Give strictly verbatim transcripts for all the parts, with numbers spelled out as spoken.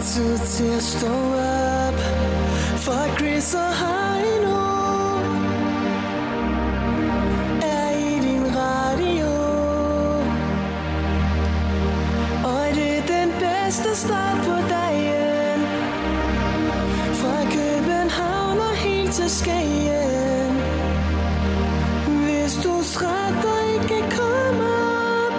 tid til at stå op for Chris og Heino er i din radio. Og det er den bedste start på dagen. Fra København og helt til Skagen. Hvis du er træt og ikke kan komme op,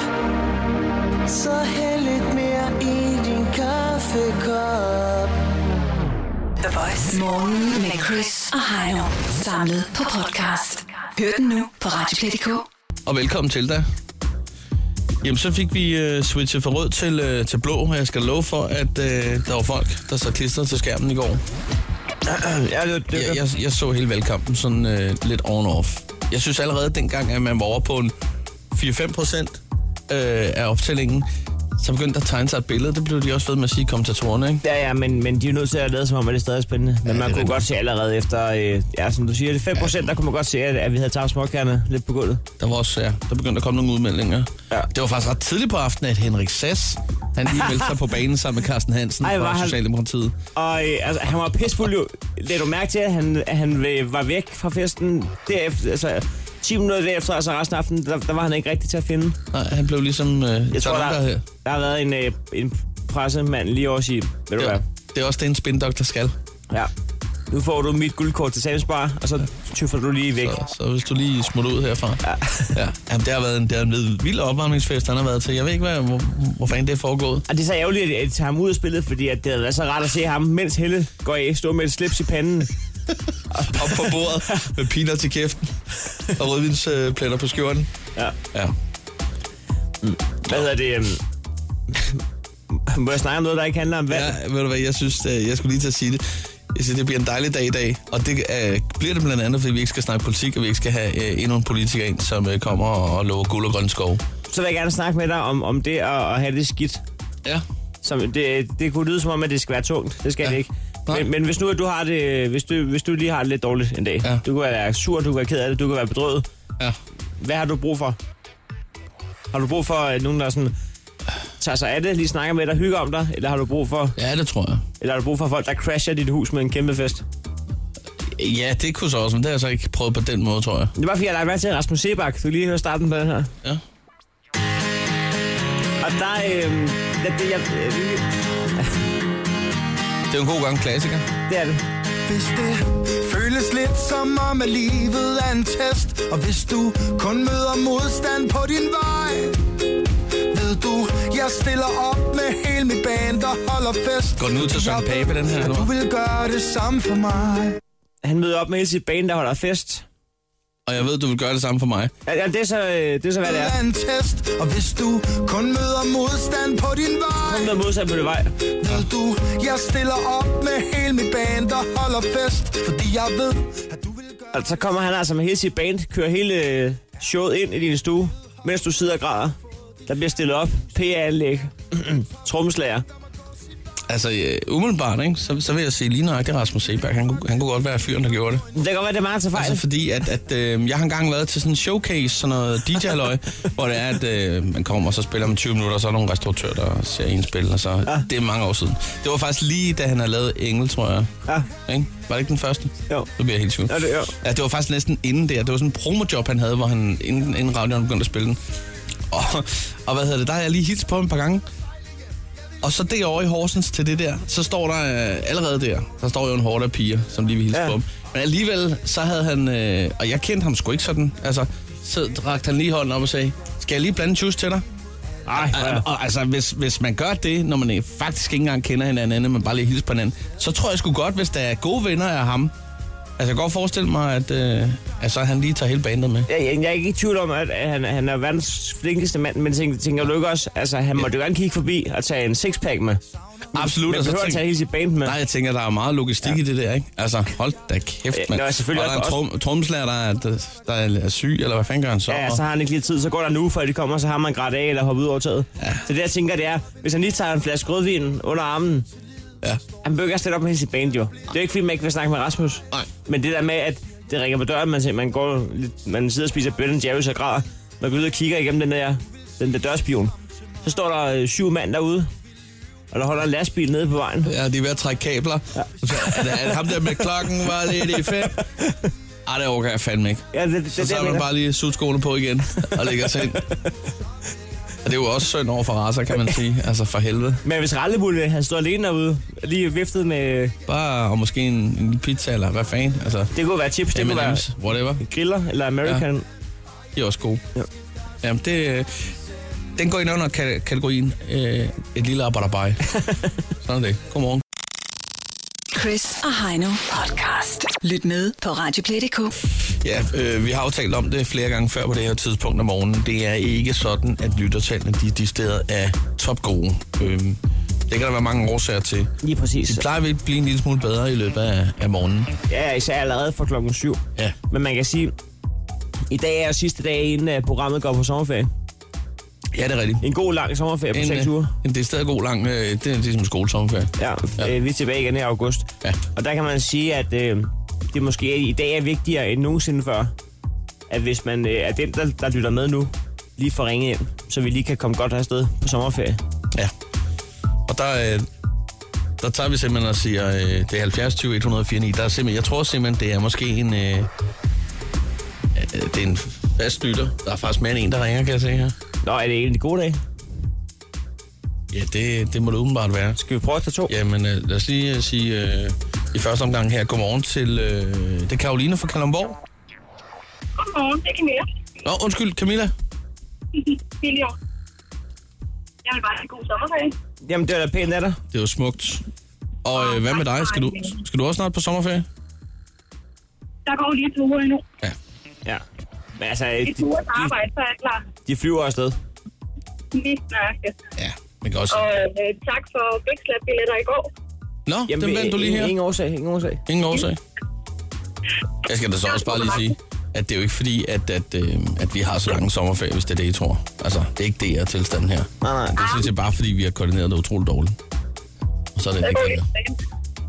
så hæld lidt mere i din kaffekop. The Voice. Morgen med Chris og Heino. Samlet på podcast. Hør den nu på radioplay punktum d k. Og velkommen til dig. Jamen, så fik vi uh, switchet fra rød til, uh, til blå, og jeg skal love for, at uh, der var folk, der så klistrede til skærmen i går. Ja, det, det, jeg, jeg, jeg så hele valgkampen sådan uh, lidt on-off. Jeg synes allerede dengang, at man var over på en fire til fem procent uh, af optællingen, så begyndte der at tegne sig et billede. Det blev de også ved med at sige, kommentatorerne, ikke? Ja, ja, men, men de er nødt til at lade som om, at det stadig er spændende. Men ja, man kunne rigtigt. Godt se allerede efter, øh, ja, som du siger, det fem procent, ja. Der kunne man godt se, at, at vi havde taget småkærne lidt på gulvet. Der var også, ja, der begyndte at komme nogle udmeldinger. Ja. Det var faktisk ret tidligt på aftenen, at Henrik Sass, han lige meldte sig på banen sammen med Carsten Hansen Ej, fra Socialdemokratiet. Og øh, altså, han var pissfuld jo. Lad du mærke til, at han, at han var væk fra festen derefter, altså ti minutter derefter, altså resten af aftenen, der, der var han ikke rigtig til at finde. Nej, han blev ligesom... Øh, jeg tror, der, der, der har været en, øh, en pressemand lige over sige, ved du hvad? Det er også det, en spindoktor skal. Ja. Nu får du mit guldkort til Samsbar, og så tøffer du lige væk. Så, så hvis du lige smutter ud herfra. Ja. Ja. Jamen, det har været en, det har en vild opvarmningsfest, han har været til. Jeg ved ikke, hvad, hvor, hvor fanden det er foregået. Og det er så ærgerligt, at de tager ham ud af spillet, fordi at det havde været så rart at se ham, mens Helle går af, stå med et slips i panden. Op på bordet med piner til kæften og rødvinspletter på skjorten. Ja. Ja. Mm. Hvad hedder det? Um... Må jeg snakke om noget, der ikke handler om vand? Ja, ved du hvad, jeg synes, jeg skulle lige til at sige det. Jeg synes, det bliver en dejlig dag i dag, og det uh, bliver det blandt andet, fordi vi ikke skal snakke politik, og vi ikke skal have uh, endnu en politiker ind, som uh, kommer og, og lover guld og grøn skov. Så vil jeg gerne snakke med dig om, om det at, at have det skidt. Ja. Som, det, det kunne lyde som om, at det skal være tungt. Det skal ja. Det ikke. Men, men hvis nu at du har det, hvis du, hvis du lige har det lidt dårligt en dag, ja. Du kan være sur, du kan være ked af det, du kan være bedrøvet. Ja. Hvad har du brug for? Har du brug for at nogen, der sådan tager sig af det, lige snakker med dig, hygger om dig, eller har du brug for? Ja, det tror jeg. Eller har du brug for folk, der crasher dit hus med en kæmpe fest? Ja, det kunne så også, men det har jeg så ikke prøvet på den måde, tror jeg. Det var fordi, jeg lagde mærke til Rasmus Sebak. Du kan lige høre starten på den her. Ja. Og der øh, det, det, jeg, øh, det er en god gang klassiker. Det er det. Hvis det føles lidt som om, at livet er en test, og hvis du kun møder modstand på din vej, ved du, jeg stiller op med hele mit band og holder fest. Går den ud til Søren Pape, den her? Du vil gøre det samme for mig. Han møder op med hele sit band, der holder fest. Og jeg ved, du vil gøre det samme for mig. Ja, ja det, er så, det er så, hvad det er. En test, og hvis du kun møder modstand på din vej, kun møder modstand på din vej, ved du, jeg stiller op med hele mit band og holder fest, fordi jeg ved, at du vil gøre... Altså, så kommer han altså med hele sit band, kører hele showet ind i din stue, mens du sidder og græder. Der bliver stillet op, P A-anlæg, trommeslager. Altså, uh, umiddelbart, ikke? Så, så vil jeg sige lige nøjagtigt Rasmus Sebak. Han, han kunne godt være fyren, der gjorde det. Det kan godt være, det er meget til fejl. Altså, fordi at, at øh, jeg har engang været til sådan en showcase, sådan noget D J-løg, hvor det er, at øh, man kommer og så spiller om tyve minutter, og så er der nogle restauratører, der ser en spil, og så... Ja. Det er mange år siden. Det var faktisk lige, da han havde lavet Engel, tror jeg. Ja. Ikke? Var det ikke den første? Jo. Nu bliver jeg helt tvivl. Ja, det, jo. Ja, det var faktisk næsten inden der. Det var sådan en promojob, han havde, hvor han inden, inden radioen begyndte at spille den. Og, og hvad hedder det? Der har jeg lige hilst på ham et par gange. Og så derovre i Horsens til det der, så står der øh, allerede der, der står jo en horde af piger, som lige vil hilse ja. På ham. Men alligevel, så havde han, øh, og jeg kendte ham sgu ikke sådan, altså, så rakte han lige hånden op og sagde, skal jeg lige blande juice til dig? Ej, ja. Og, og altså, hvis, hvis man gør det, når man faktisk ikke engang kender hinanden, men bare lige hilser på hinanden, så tror jeg sgu godt, hvis der er gode venner af ham. Altså, jeg kan godt forestille mig, at, øh, at så han lige tager hele bandet med. Jeg, jeg, jeg er ikke i tvivl om, at han, han er verdens flinkeste mand, men tænker, tænker du ikke også, altså, han må jo gerne kigge forbi og tage en sixpack med. Absolut. Men behøver at tage hele sit band med. Nej, jeg tænker, der er meget logistik ja. I det der, ikke? Altså, hold da kæft, mand. Nå, selvfølgelig og der er en trum, trommeslager, der er, der, der er syg, eller hvad fanden gør han så? Ja, så har han ikke lige tid. Så går der nu, før de kommer, så har man grædt af eller hoppet ud over taget. Ja. Så det, jeg tænker, det er, hvis han lige tager en flaske rødvin under armen, ja. Han bør ikke stille op med hele sit band, jo. Det er ikke, fordi man ikke vil snakke med Rasmus. Nej. Men det der med, at det ringer på døren, man, man, går, man sidder og spiser Ben and Jerry's og græder, man går ud og kigger igennem den der, den der dørspion. Så står der øh, syv mand derude, Og der holder en lastbil nede på vejen. Ja, de er ved at trække kabler. Ja. Så er, det, er det ham der med klokken var lidt i fem? Ej, det overgår jeg fandme ikke. Ja, det, det, så det, så er man bare lige sudskoene på igen og lægger sig ind. Og det er jo også synd over for Raza, kan man sige. Altså for helvede. Men hvis Rallebulle, han står alene derude, lige viftet med... Bare, og måske en, en pizza, eller hvad fanden. Altså, det kunne være chips, det kunne være whatever. Griller, eller American. Ja. De er også gode. Ja. Jamen, det... Den går ind under kategorien øh, et lille arbejderbej. Sådan er det. Godmorgen. Chris og Heino podcast. Lyt med på radioplay punktum d k. Ja, øh, vi har jo talt om det flere gange før på det her tidspunkt om morgenen. Det er ikke sådan, at lyttertallene de, de steder er topgode. Øh, det kan der være mange årsager til. Lige præcis. Det plejer at blive en lille smule bedre i løbet af, af morgenen. Ja, især allerede fra klokken syv. Ja. Men man kan sige, i dag er jo sidste dag, inden programmet går på sommerferie. Ja, det er rigtigt. En god lang sommerferie på en, seks uger. En, det er stadig god lang, øh, det er ligesom skolesommerferie. Ja, ja. Øh, vi er tilbage igen i august. Ja. Og der kan man sige, at øh, det måske i dag er vigtigere end nogensinde før, at hvis man øh, er den, der, der lytter med nu, lige får ringet ind, så vi lige kan komme godt afsted på sommerferie. Ja. Og der, øh, der tager vi simpelthen og siger, øh, det er halvfjerds tyve et hundrede fire ni. Der er simpelthen, jeg tror simpelthen, det er måske en... Øh, det er en fast lytter. Der er faktisk mere end en, der ringer, kan jeg se her. Nå, er det en god dag? Ja, det, det må det åbenbart være. Skal vi prøve at tage to? Jamen, øh, lad os lige uh, sige uh, i første omgang her, godmorgen til uh, det er Karoline fra Kalundborg. Godmorgen, det er Camilla. Nå, undskyld, Camilla. Billion. Jeg vil bare have god sommerferie. Jamen, det er da pænt af dig. Det er jo smukt. Og uh, hvad med dig? Skal du, skal du også snart på sommerferie? Der går lige to uger endnu. Ja. Ja. Men altså... Et de, ugers arbejde, så er jeg klar. De flyver afsted. Lige nøjagtigt. Ja, man kan også... Og øh, tak for Big Slap-billetter i går. Nå, jamen, dem vandt du lige her. Ingen årsag, ingen årsag. Ingen årsag. Jeg skal da så også bare lige sige, at det er jo ikke fordi, at, at, øh, at vi har så lange sommerferie, hvis det er det, I tror. Altså, det er ikke det, er tilstanden her. Nej, nej. Det synes jeg bare, fordi vi har koordineret det utroligt dårligt. Og så er det Det ikke går længere. lidt.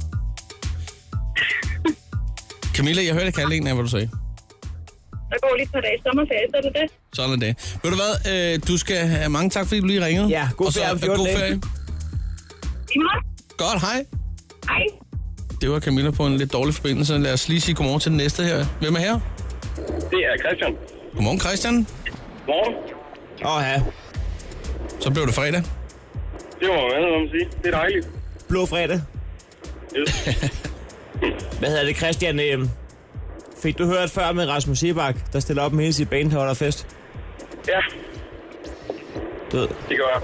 Camilla, jeg hørte kalde en af, hvad du sagde. Der går lige et par dage sommerferie, så er det det. Sådan er det. Ved du hvad, øh, du skal have mange tak, fordi du lige ringede. Ja, god og så, ferie om øh, fjorten god dage. ferie. I morgen. Godt, hej. Hej. Det var Camilla på en lidt dårlig forbindelse. Lad os lige sige godmorgen til den næste her. Hvem er her? Det er Christian. Godmorgen, Christian. Morgen. Åh ja, Så blev det fredag. Det var hvad man sige. Det er dejligt. blå fredag. Yes. Hvad hedder det, Christian? Øh, fik du hørt før med Rasmus Sebak, der stiller op med hele sit band, der holder fest? Ja, Du ved, det gør jeg.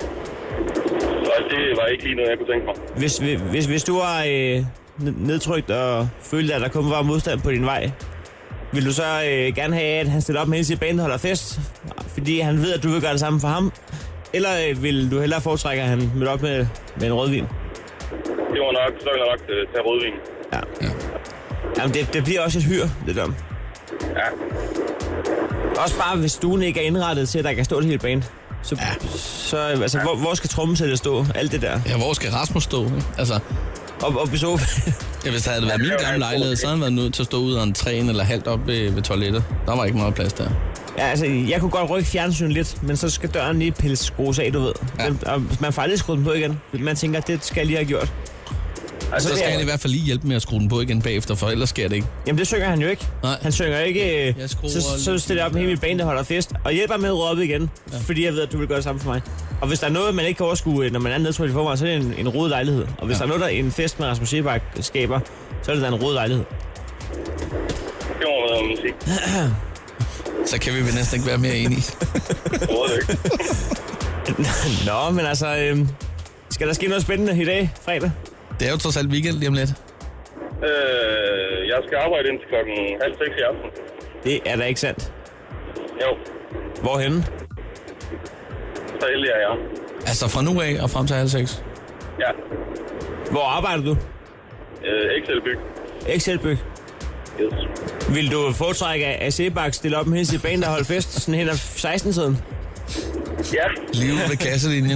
Så det var ikke lige noget, jeg kunne tænke mig. hvis, hvis, hvis du var øh, nedtrykt og følte, at der kun var modstand på din vej, vil du så øh, gerne have, at han stiller op med hele sit band, der holder fest? Fordi han ved, at du vil gøre det samme for ham? Eller øh, vil du hellere foretrække, at han møder op med, med en rødvin? Det var nok, så ville jeg nok øh, tage rødvin. Ja. ja. Jamen, det, det bliver også et hyr, det der. Ja. Også bare, hvis stuen ikke er indrettet til, at der kan stå et helt band. Så, ja. så altså, ja. hvor, hvor skal trommesættet stå? Alt det der. Ja, hvor skal Rasmus stå? Ikke? Altså, Op, op i sofaen. ja, hvis det havde været min gamle lejlighed, så havde han været nødt til at stå ud af en træen eller halvt op ved, ved toilettet. Der var ikke meget plads der. Ja, altså, jeg kunne godt rykke fjernsynet lidt, men så skal døren lige pilles skrues af, du ved. Ja. Den, og man får aldrig skruet den på igen. Man tænker, det skal jeg lige have gjort. Altså, så det skal er- han i hvert fald lige hjælpe med at skrue den på igen bagefter, for ellers sker det ikke. Jamen, det synger han jo ikke. Nej. Han synger ikke, øh, Jeg skruer så, så lige- stiller jeg op med hele mit band, der holder fest, og hjælper med at råbe op igen, ja. Fordi jeg ved, at du vil gøre det samme for mig. Og hvis der er noget, man ikke kan overskue, når man er nedtrykt i forvejen, så er det en, en rodet lejlighed. Og hvis Ja. der er noget, der er en fest med Rasmus Sebak skaber, så er det da en rodet lejlighed. Det var hvad man sige. Så kan vi vel næsten ikke være mere enige. Overhovedet ikke. Nå, men altså, øh, skal der ske noget spændende i dag, fredag? Det er jo trods alt weekend lige om lidt. Øh, jeg skal arbejde indtil klokken halv seks i aften. Det er da ikke sandt. Jo, Hvorhenne? så heldig er jeg. Altså fra nu af og frem til halv seks. Ja. Hvor arbejder du? Øh, Excel-byg. Excelbyg. Yes. Vil du foretrække, at Sebak stiller op med hele sit band, der holder fest, sådan hen ad seksten-tiden? Ja, Liv ved kasselinjen.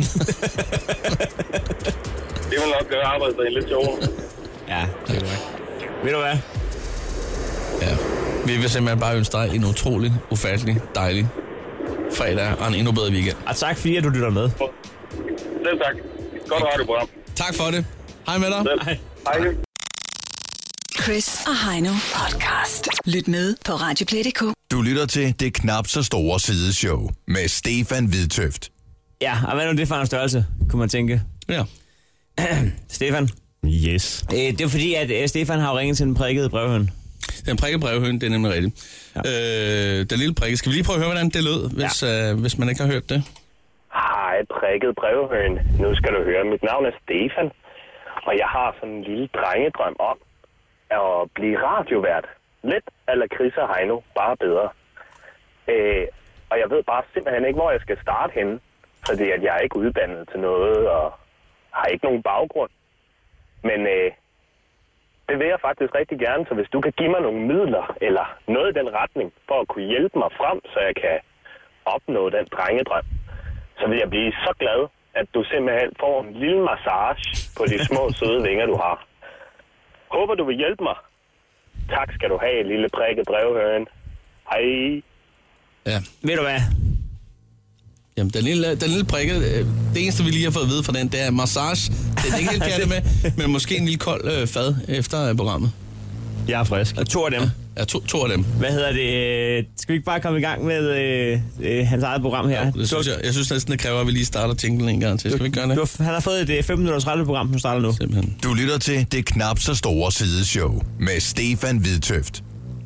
det vil nok gøre arbejdsdagen lidt sjovere. Ja, Det er korrekt. ved du hvad? Ja. Vi vil simpelthen bare ønske dig en utrolig, ufattelig, dejlig fredag og en endnu bedre weekend. Og tak fordi, at du lytter med. Selv tak. Godt radioprogram. Tak for det. Hej med dig. Hej. Hej. Chris og Heino podcast. Lyt med på radioplay punktum d k. Du lytter til Det Knap Så Store Sideshow med Stefan Hvidtøft. Ja, og hvad er nu det for en størrelse, kunne man tænke? Ja. Stefan? Yes. Øh, det er fordi, at øh, Stefan har jo ringet til den prikkede brevhøn. Den prikkede brevhøn, det er nemlig rigtigt. Ja. Øh, den lille prikke. Skal vi lige prøve at høre, hvordan det lød, hvis, ja. øh, hvis man ikke har hørt det? Hej, prikket brevhøn. Nu skal du høre, mit navn er Stefan, og jeg har sådan en lille drengedrøm om at blive radiovært. Lidt eller Chris og Heino, bare bedre. Øh, og jeg ved bare simpelthen ikke, hvor jeg skal starte henne, fordi at jeg er ikke uddannet til noget, og har ikke nogen baggrund. Men øh, det vil jeg faktisk rigtig gerne, så hvis du kan give mig nogle midler, eller noget i den retning, for at kunne hjælpe mig frem, så jeg kan opnå den drengedrøm, så vil jeg blive så glad, at du simpelthen får en lille massage på de små søde vinger, du har. Håber, du vil hjælpe mig. Tak skal du have, lille prikket brevhøn. Hej. Ja. Ved du hvad? Jamen, den lille, den lille prikke, det eneste, vi lige har fået at vide fra den, det er massage. Det er ikke helt kærligt med, men måske en lille kold øh, fad efter øh, programmet. Jeg er frisk. Og to af dem. Ja, ja to, to af dem. Hvad hedder det? Skal vi ikke bare komme i gang med øh, øh, hans eget program her? Ja, det synes jeg, jeg synes næsten, det kræver, at vi lige starter jinglen en gang til. Skal vi ikke gøre det? Du, han har fået et femten minutters radioprogram, som starter nu. Simpelthen. Du lytter til Det Knap Så Store Sideshow med Stefan Hvidtøft.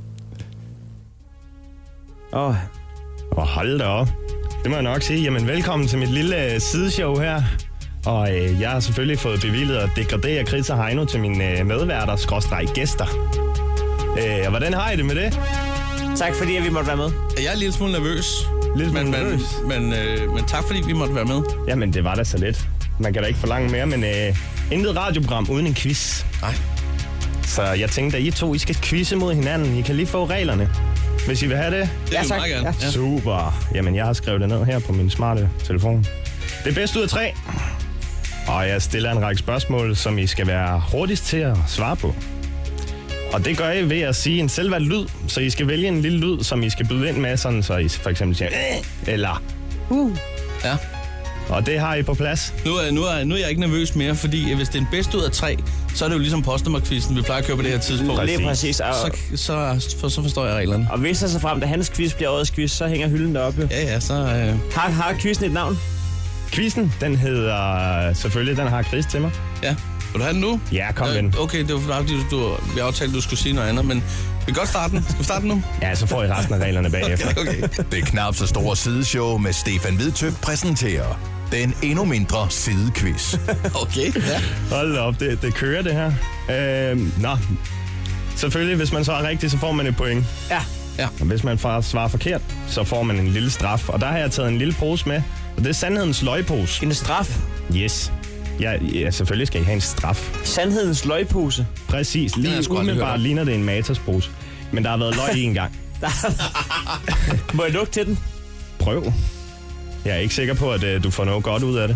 Åh, oh. Og hold da op. Det må jeg nok sige. Jamen, velkommen til mit lille sideshow her. Og øh, jeg har selvfølgelig fået bevilget at degradere Chris og Heino til mine øh, medværter, skråstreg gæster. Øh, og hvordan har I det med det? Tak fordi, at vi måtte være med. Jeg er en lille smule nervøs. Lidt men, nervøs? Men, men, øh, men tak fordi, vi måtte være med. Jamen, det var da så let. Man kan da ikke forlange mere, men øh, intet radioprogram uden en quiz. Nej. Så jeg tænkte, at I to I skal quizze mod hinanden. I kan lige få reglerne, hvis I vil have det. Det Ja, er jo tak. meget gerne. Ja. Ja. Super. Jamen, jeg har skrevet det ned her på min smarte telefon. Det er bedst ud af tre. Og jeg stiller en række spørgsmål, som I skal være hurtigst til at svare på. Og det gør I ved at sige en selvvalgt lyd, så I skal vælge en lille lyd, som I skal byde ind med, sådan så I for eksempel siger, øh, eller uh. Ja. Og det har I på plads. Nu er, nu, er, nu er jeg ikke nervøs mere, fordi hvis det er en bedst ud af tre, så er det jo ligesom postnummerquizzen, vi plejer at køre på det her tidspunkt. Lige præcis. Og, Så, så, så, så forstår jeg reglerne. og hvis der så frem, da hans quiz bliver årets quiz, så hænger hylden deroppe. Ja, ja, så... Øh... Har, har quizzen et navn? Quizzen, den hedder selvfølgelig, den har Chris til mig. Ja. Vil du have den nu? Ja, kom Øh, ven. Okay, det var fordi, du, du, vi aftalte, at du skulle sige noget andet, men vi kan godt starte den. Skal vi starte den nu? Ja, så får I resten af reglerne bagefter. Okay. Det Knap Så Store Sideshow med Stefan Hvidtøft præsenterer den endnu mindre sidequiz. Okay, ja. Hold da op, det, det kører det her. Øhm, nå, selvfølgelig, hvis man svarer rigtigt, så får man et point. Ja. Og hvis man far- svarer forkert, så får man en lille straf. Og der har jeg taget en lille pose med, og det er sandhedens løgpose. En straf. Yes. Ja, ja, selvfølgelig skal I have en straf. Sandhedens løgpose. Præcis. har Lige jeg sgu aldrig hørt umiddelbart om. ligner det en Matas-pose. Men der har været løg i en gang. Må jeg lugte til den? Prøv. Jeg er ikke sikker på, at uh, du får noget godt ud af det.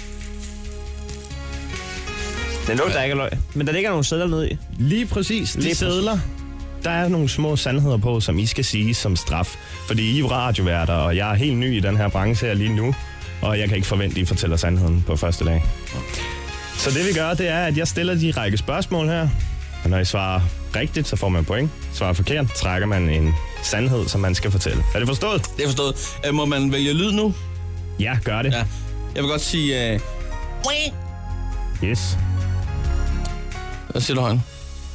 Den lugter ja. ikke af løg. Men der ligger nogle sædler nede i. Lige præcis. De Lige sædler. Der er nogle små sandheder på, som I skal sige som straf. Fordi I er jo radioværter, og jeg er helt ny i den her branche her lige nu. Og jeg kan ikke forvente, at I fortæller sandheden på første dag. Så det vi gør, det er, at jeg stiller de række spørgsmål her. Og når I svarer rigtigt, så får man point. Svarer forkert, trækker man en sandhed, som man skal fortælle. Er det forstået? Det er forstået. Øh, må man vælge lyd nu? Ja, gør det. Ja. Jeg vil godt sige... Øh... Yes. Hvad siger du, Højen?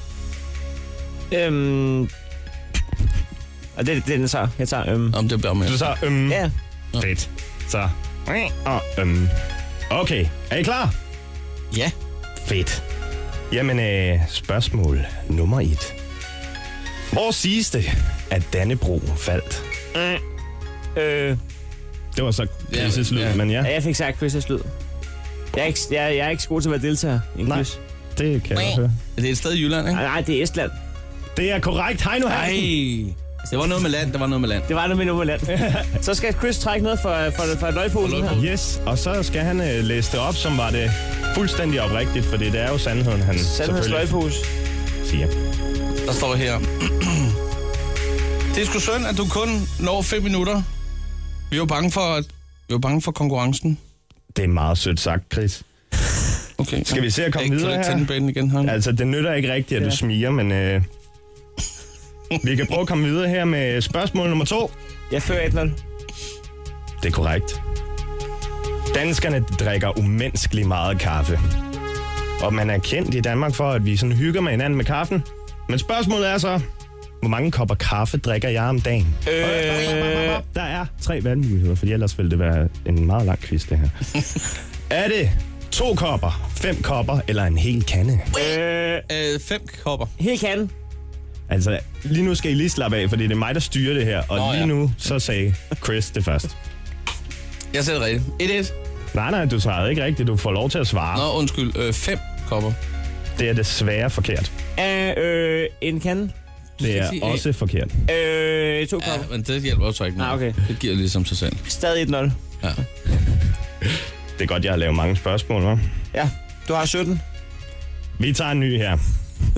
Øhm... Og det, det er den så. Jeg tager øhm... Om det bliver med. Du så, øhm... Ja. Fedt. Så, og øhm... Okay, er I klar? Ja. Fedt. Jamen, øh, spørgsmål nummer et. Hvor siges det, at Dannebro faldt? Øh... Det var så Chris' lyd, ja. men ja, Ja, jeg fik sagt Chris' lyd. Jeg er, ikke, jeg, jeg er ikke så god til at være deltager i en Nej. quiz. det kan jeg godt høre. Det er et sted i Jylland, ikke? Nej, nej, det er Estland. Det er korrekt, Heino Nej. Hansen. Det var noget med land, det var noget med land. Det var det med nummerland. Så skal Chris trække noget for, for, for løgposen her. Yes, og så skal han øh, læse det op, som var det fuldstændig oprigtigt, for det er jo sandheden, han Sandhedens selvfølgelig løgpose. siger. Der står her. Det er sgu synd, at du kun når fem minutter. Vi er jo bange for, at vi er jo bange for konkurrencen. Det er meget sødt sagt, Chris. Okay. Skal vi se at komme Kan videre du ikke her? tænde banen igen, Heino? Altså, det nytter ikke rigtigt, at du smiger, men øh, vi kan prøve at komme videre her med spørgsmål nummer to. Jeg fører et nul. Det er korrekt. Danskerne drikker umenneskeligt meget kaffe. Og man er kendt i Danmark for, at vi sådan hygger med hinanden med kaffen. Men spørgsmålet er så, hvor mange kopper kaffe drikker jeg om dagen? Øh... Der er tre valgmuligheder, for ellers ville det være en meget lang quiz, det her. Er det to kopper, fem kopper eller en hel kande? Øh... Øh, fem kopper. Helt kan. Altså, lige nu skal I lige slappe af, fordi det er mig, der styrer det her. Og Nå, lige ja. nu, så sagde Chris det først. Jeg sagde det rigtigt. et et. Nej, nej, du svarede ikke rigtigt. Du får lov til at svare. Nå, undskyld. Øh, fem kopper. Det er desværre forkert. Øh, øh, en kan. Det er sige også forkert. Øh, to Ja, kopper. men det hjælper også ikke noget. Ah, okay. Det giver ligesom sig selv. Stadig et nul. Ja. Det er godt, jeg har lavet mange spørgsmål, hva'? Ja, du har sytten. Vi tager en ny her.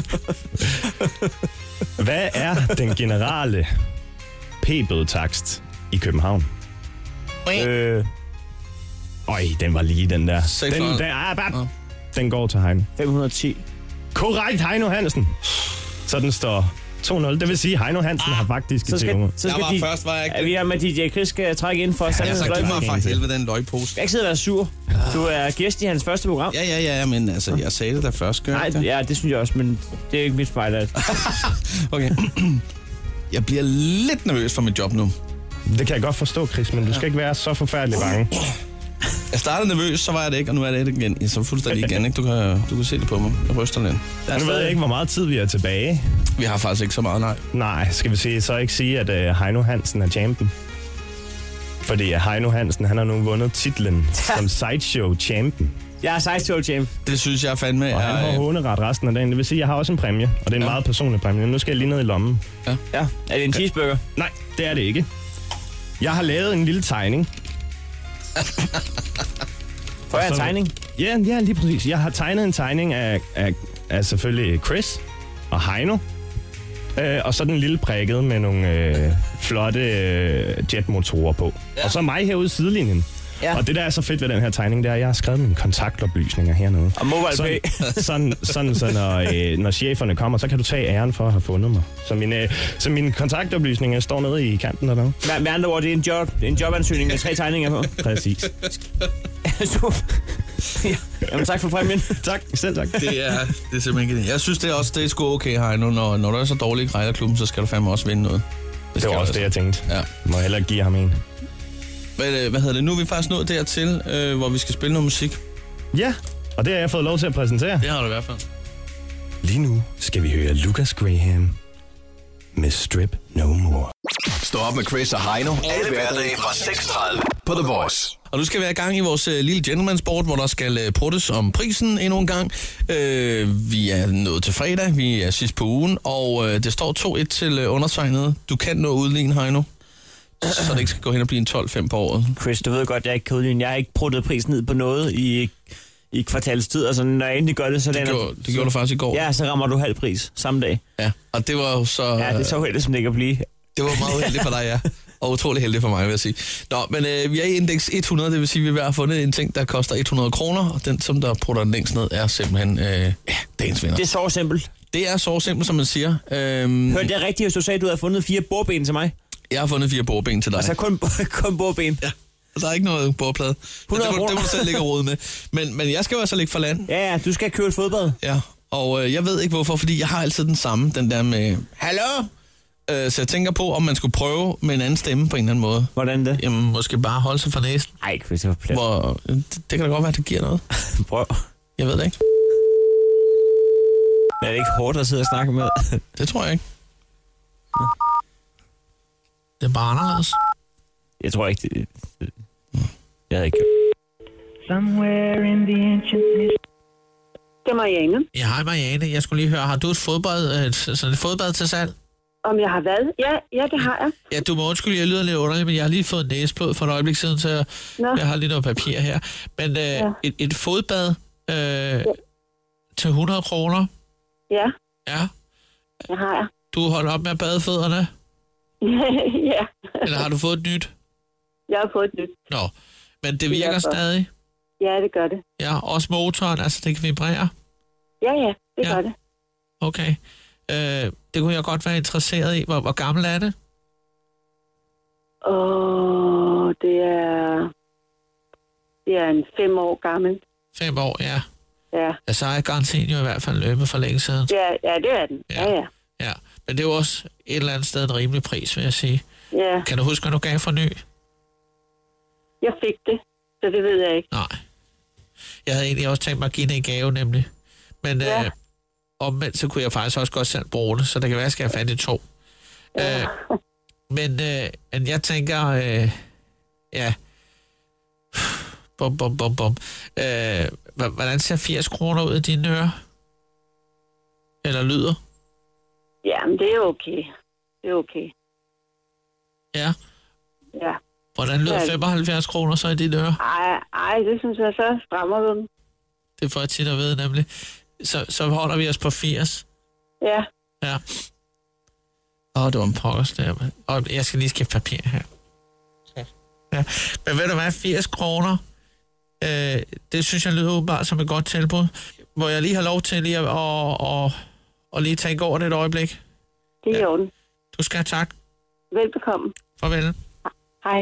Hvad er den generelle p-bødetakst i København? Øh, Øj, den var lige den der. seks Den, hundrede. den, ah, bap. Nå. Den går til Heino. fem hundrede og ti. Korrekt, Heino Hansen. Så den står to nul. Det vil sige, at Heino Hansen ah, har faktisk Så et skal, tema. så Jeg skal var de, først, var jeg ikke er vi her med, at D J Chris skal trække ind for os. Jeg har sagt, løg du mig mig for en til. helvede den løgpose. skal ikke sidde og være sur. Du er gæst i hans første program. Ja, ja, ja, men altså, jeg sagde det da først, gør jeg Nej, ikke det? ja, det synes jeg også, men det er ikke mit fejl. At... Okay. Jeg bliver lidt nervøs for mit job nu. Det kan jeg godt forstå, Chris, men du skal ikke være så forfærdelig bange. Jeg startede nervøs, så var jeg det ikke, og nu er det det igen. Så fuldstændig igen, ikke? Du kan, du kan se det på mig. Jeg ryster lidt. Nu ved jeg ikke, hvor meget tid vi er tilbage. Vi har faktisk ikke så meget, nej. Nej, skal vi se, så ikke sige, at uh, Heino Hansen er champion? Fordi uh, Heino Hansen, han har nu vundet titlen som Sideshow Champion. Jeg er sideshow champ. Det synes jeg fandme Og han har er... håneret resten af dagen. Det vil sige, at jeg har også en præmie, og det er en Ja. meget personlig præmie. Nu skal jeg lige ned i lommen. Ja, er det en cheeseburger? Nej, det er det ikke. Jeg har lavet en lille tegning. Får jeg en Så- tegning? Ja, ja, lige præcis. Jeg har tegnet en tegning af, af, af selvfølgelig Chris og Heino. Øh, og så den lille prikket med nogle øh, flotte øh, jetmotorer på. Ja. Og så mig herude i sidelinjen. Ja. Og det, der er så fedt ved den her tegning, det er, at jeg har skrevet mine kontaktoplysninger hernede. Og mobile Sådan, pay. sådan, sådan så når, øh, når cheferne kommer, så kan du tage æren for at have fundet mig. Så mine, øh, så mine kontaktoplysninger står nede i kanten dernede. Med, med andre ord, det er en, job, det er en jobansøgning med tre tegninger på. Præcis. Så- ja. Jamen, tak for præmien. Tak, selv tak. Det er, det er simpelthen ikke det. Jeg synes, det er også det er sgu okay, Heino. Når, når du er så dårlig i Grejlerklubben, så skal du fandme også vinde noget. Det skal var du også det, jeg tænkte. Ja. Jeg må hellere give ham en. Men, øh, hvad hedder det? Nu er vi faktisk nået dertil, øh, hvor vi skal spille noget musik. Ja, og det har jeg fået lov til at præsentere. Det har du i hvert fald. Lige nu skal vi høre Lucas Graham med Strip No More. Stå op med Chris og Heino. Alle hverdage fra seks tredive på The Voice. Og nu skal vi have i gang i vores øh, lille gentleman sport, hvor der skal øh, pruttes om prisen endnu en gang. Øh, vi er nået til fredag, vi er sidst på ugen, og øh, det står to et til øh, undertegnet. Du kan nå udligne, Heino, så det ikke skal gå hen og blive en tolv fem på året. Chris, du ved godt, jeg er ikke kødelig. Jeg har ikke pruttet prisen ned på noget i, i kvartalets tid. Altså, når jeg endelig gør det, så Det, den gjorde, det gjorde du faktisk i går. Ja, så rammer du halv pris samme dag. Ja. Og det var jo så... Ja, det er så uheldigt, som det kan blive. Det var meget heldigt for dig, ja. Og utrolig heldigt for mig, vil jeg sige. Nå, men øh, vi er i indeks hundrede, det vil sige, at vi har fundet en ting, der koster hundrede kroner, og den, som der putter den længst ned, er simpelthen øh, ja, dagens vinder. Det er så simpelt. Det er så simpelt, som man siger. Øhm, Hørte jeg rigtigt, hvis du sagde, at du havde fundet fire bordben til mig? jeg har fundet fire bordben til dig. Altså kun, kun bordben? Ja, der er ikke noget bordplade. Men det, må, det må du selv ligge og rode med. Men, men jeg skal jo altså ligge for land. Ja, ja, du skal købe et fodbad. Ja, og øh, jeg ved ikke hvorfor, fordi jeg har altid den samme, den der med, hallo? Øh, så jeg tænker på, om man skulle prøve med en anden stemme på en eller anden måde. Hvordan det? Jamen, måske bare holde sig for næsen. Ej, Chris, det var plat. Hvor, det, det kan da godt være, at det giver noget. Prøv. Jeg ved det ikke. Er det ikke hårdt at sidde og snakke med? Det tror jeg ikke. Det er bare anderledes. Jeg tror ikke, det... Jeg havde ikke... Somewhere in the ancient mist. Det er Marianne. Ja, hej Marianne. Jeg skulle lige høre, har du et fodbad, et, sådan et fodbad til salg? Om jeg har hvad? Ja, ja, det har jeg. Ja, du må undskylde, jeg lyder lidt underligt, men jeg har lige fået næseblod for et øjeblik siden, så Nå. jeg har lige noget papir her. Men øh, Ja. et, et fodbad øh, til hundrede kroner, Ja, ja. det har jeg. Du holder op med at bade fødderne, Ja, eller har du fået et nyt? jeg har fået et nyt. Nå, men det virker Derfor. stadig. Ja, det gør det. Ja, også motoren, altså det kan vibrere? Ja, ja, det ja. gør det. Okay. Øh, det kunne jeg godt være interesseret i. Hvor, hvor gammel er det? Åh, det er... Det er en fem år gammel. Fem år, ja. Ja. Ja, så er garantien jo i hvert fald løbet for længe siden. Ja, ja, det er den. Ja, ja. Ja, men det er jo også et eller andet sted en rimelig pris, vil jeg sige. Ja. Kan du huske, hvad du gav for ny? Jeg fik det, så det ved jeg ikke. Nej. Jeg havde egentlig også tænkt mig at give det i gave, nemlig. Men ja. øh, omvendt, så kunne jeg faktisk også godt selv bruge det, så det kan være, at jeg skal have fat i to. Ja. Øh, men, øh, men jeg tænker, øh, ja... Bum, bum, bum, bum. Øh, hvordan ser firs kroner ud i dine ører? Eller lyder? Jamen, det er okay. Det er okay. Ja? Ja. Hvordan lyder ja. femoghalvfjerds kroner så i dine ører? Ej, ej, det synes jeg så strammer du den. Det får jeg tit at vide, nemlig. Så, så holder vi os på firs. Ja. Ja. Åh, det var en pokkers der. Og jeg skal lige skifte papir her. Ja. Men ved du hvad, firs kroner, øh, det synes jeg lyder åbenbart som et godt tilbud. Hvor jeg lige har lov til lige at og, og, og lige tænke over det et øjeblik. Det er i orden. Du skal have tak. Velbekomme. Farvel. Hej.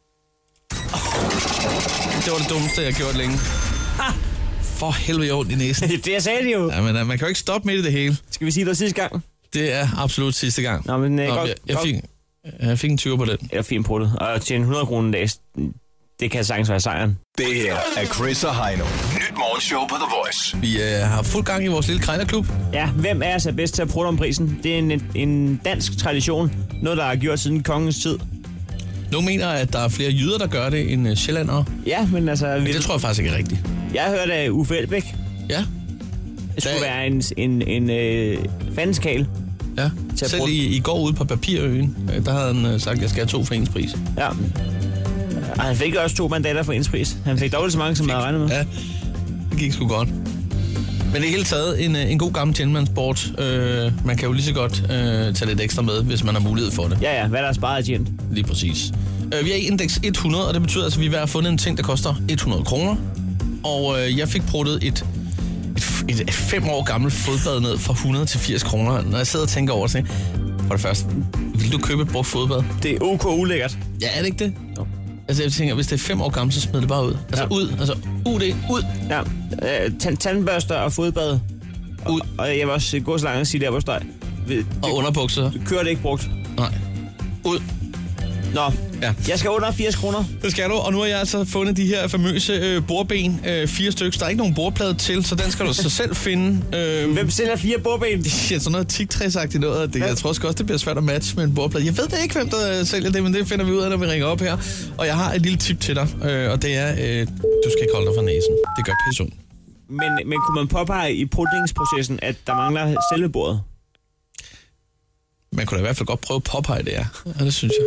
Det var det dummeste, jeg har gjort længe. Ah, for helvede ondt i næsen. Det jeg sagde det jo. Ja, men man kan jo ikke stoppe midt i det hele. Skal vi sige det sidste gang? Det er absolut sidste gang. Nå, men øh, Nå, godt, jeg, jeg, fik, jeg fik en tyver på den. Det er fint pruttet. Og tjene hundrede kroner en dag, det kan sagtens være sejren. Det her er Chris og Heino. Nyt morgenshow på The Voice. Vi øh, har fuld gang i vores lille krejlerklub. Ja, hvem er så bedst til at prutte om prisen? Det er en, en dansk tradition. Noget, der er gjort siden kongens tid. Nogle mener, at der er flere jyder, der gør det, end sjællandere. Ja, men altså... Men det tror jeg faktisk ikke er rigtigt. Jeg har hørt af Uffe Elbæk. Ja. Det skulle da... være en, en, en øh, fandenskal. Ja, selv i, i går ude på Papirøen, der havde han øh, sagt, at jeg skal have to for ens pris. Ja. Og han fik også to mandater for ens pris. Han fik dobbelt så mange, som jeg havde regnet med. Ja, det gik sgu godt. Men det hele taget en, en god gammel gentleman-sport. Øh, man kan jo lige så godt øh, tage lidt ekstra med, hvis man har mulighed for det. Ja, ja. Hvad der er sparet gent. Lige præcis. Øh, vi er i indeks hundrede, og det betyder, altså, at vi har fundet en ting, der koster hundrede kroner. Og øh, jeg fik pruttet et, et, et fem år gammelt fodbad ned fra hundrede til firs kroner. Når jeg sidder og tænker over det, så for det første, vil du købe et brugt fodbad? Det er ok ulækkert. Ja, er det ikke det? Jo. Altså, jeg tænker, hvis det er fem år gammelt, så smider det bare ud. Altså, ja. ud. Altså, ud det. Ud. Ja. Øh, tand- tandbørster og fodbad. Ud. Og, og jeg vil også gå så langt at sige der på støj. Det, og underbukser. Du kører det ikke brugt. Nej. Ud. Nå, ja. Jeg skal under firs kroner. Det skal du, og nu har jeg altså fundet de her famøse øh, bordben. Øh, fire stykker. Der er ikke nogen bordplade til, så den skal du så selv finde. Øh, Hvem sælger fire bordben? Det er sådan noget tigtræsagtigt noget. Det, jeg tror også, det bliver svært at matche med en bordplade. Jeg ved da ikke, hvem der sælger det, men det finder vi ud af, når vi ringer op her. Og jeg har et lille tip til dig, øh, og det er, øh, du skal ikke holde dig for næsen. Det gør pisse ondt. Men, men kunne man påpege i prutningsprocessen, at der mangler selve bordet? Man kunne da i hvert fald godt prøve at påpege det, ja. Ja, det synes jeg.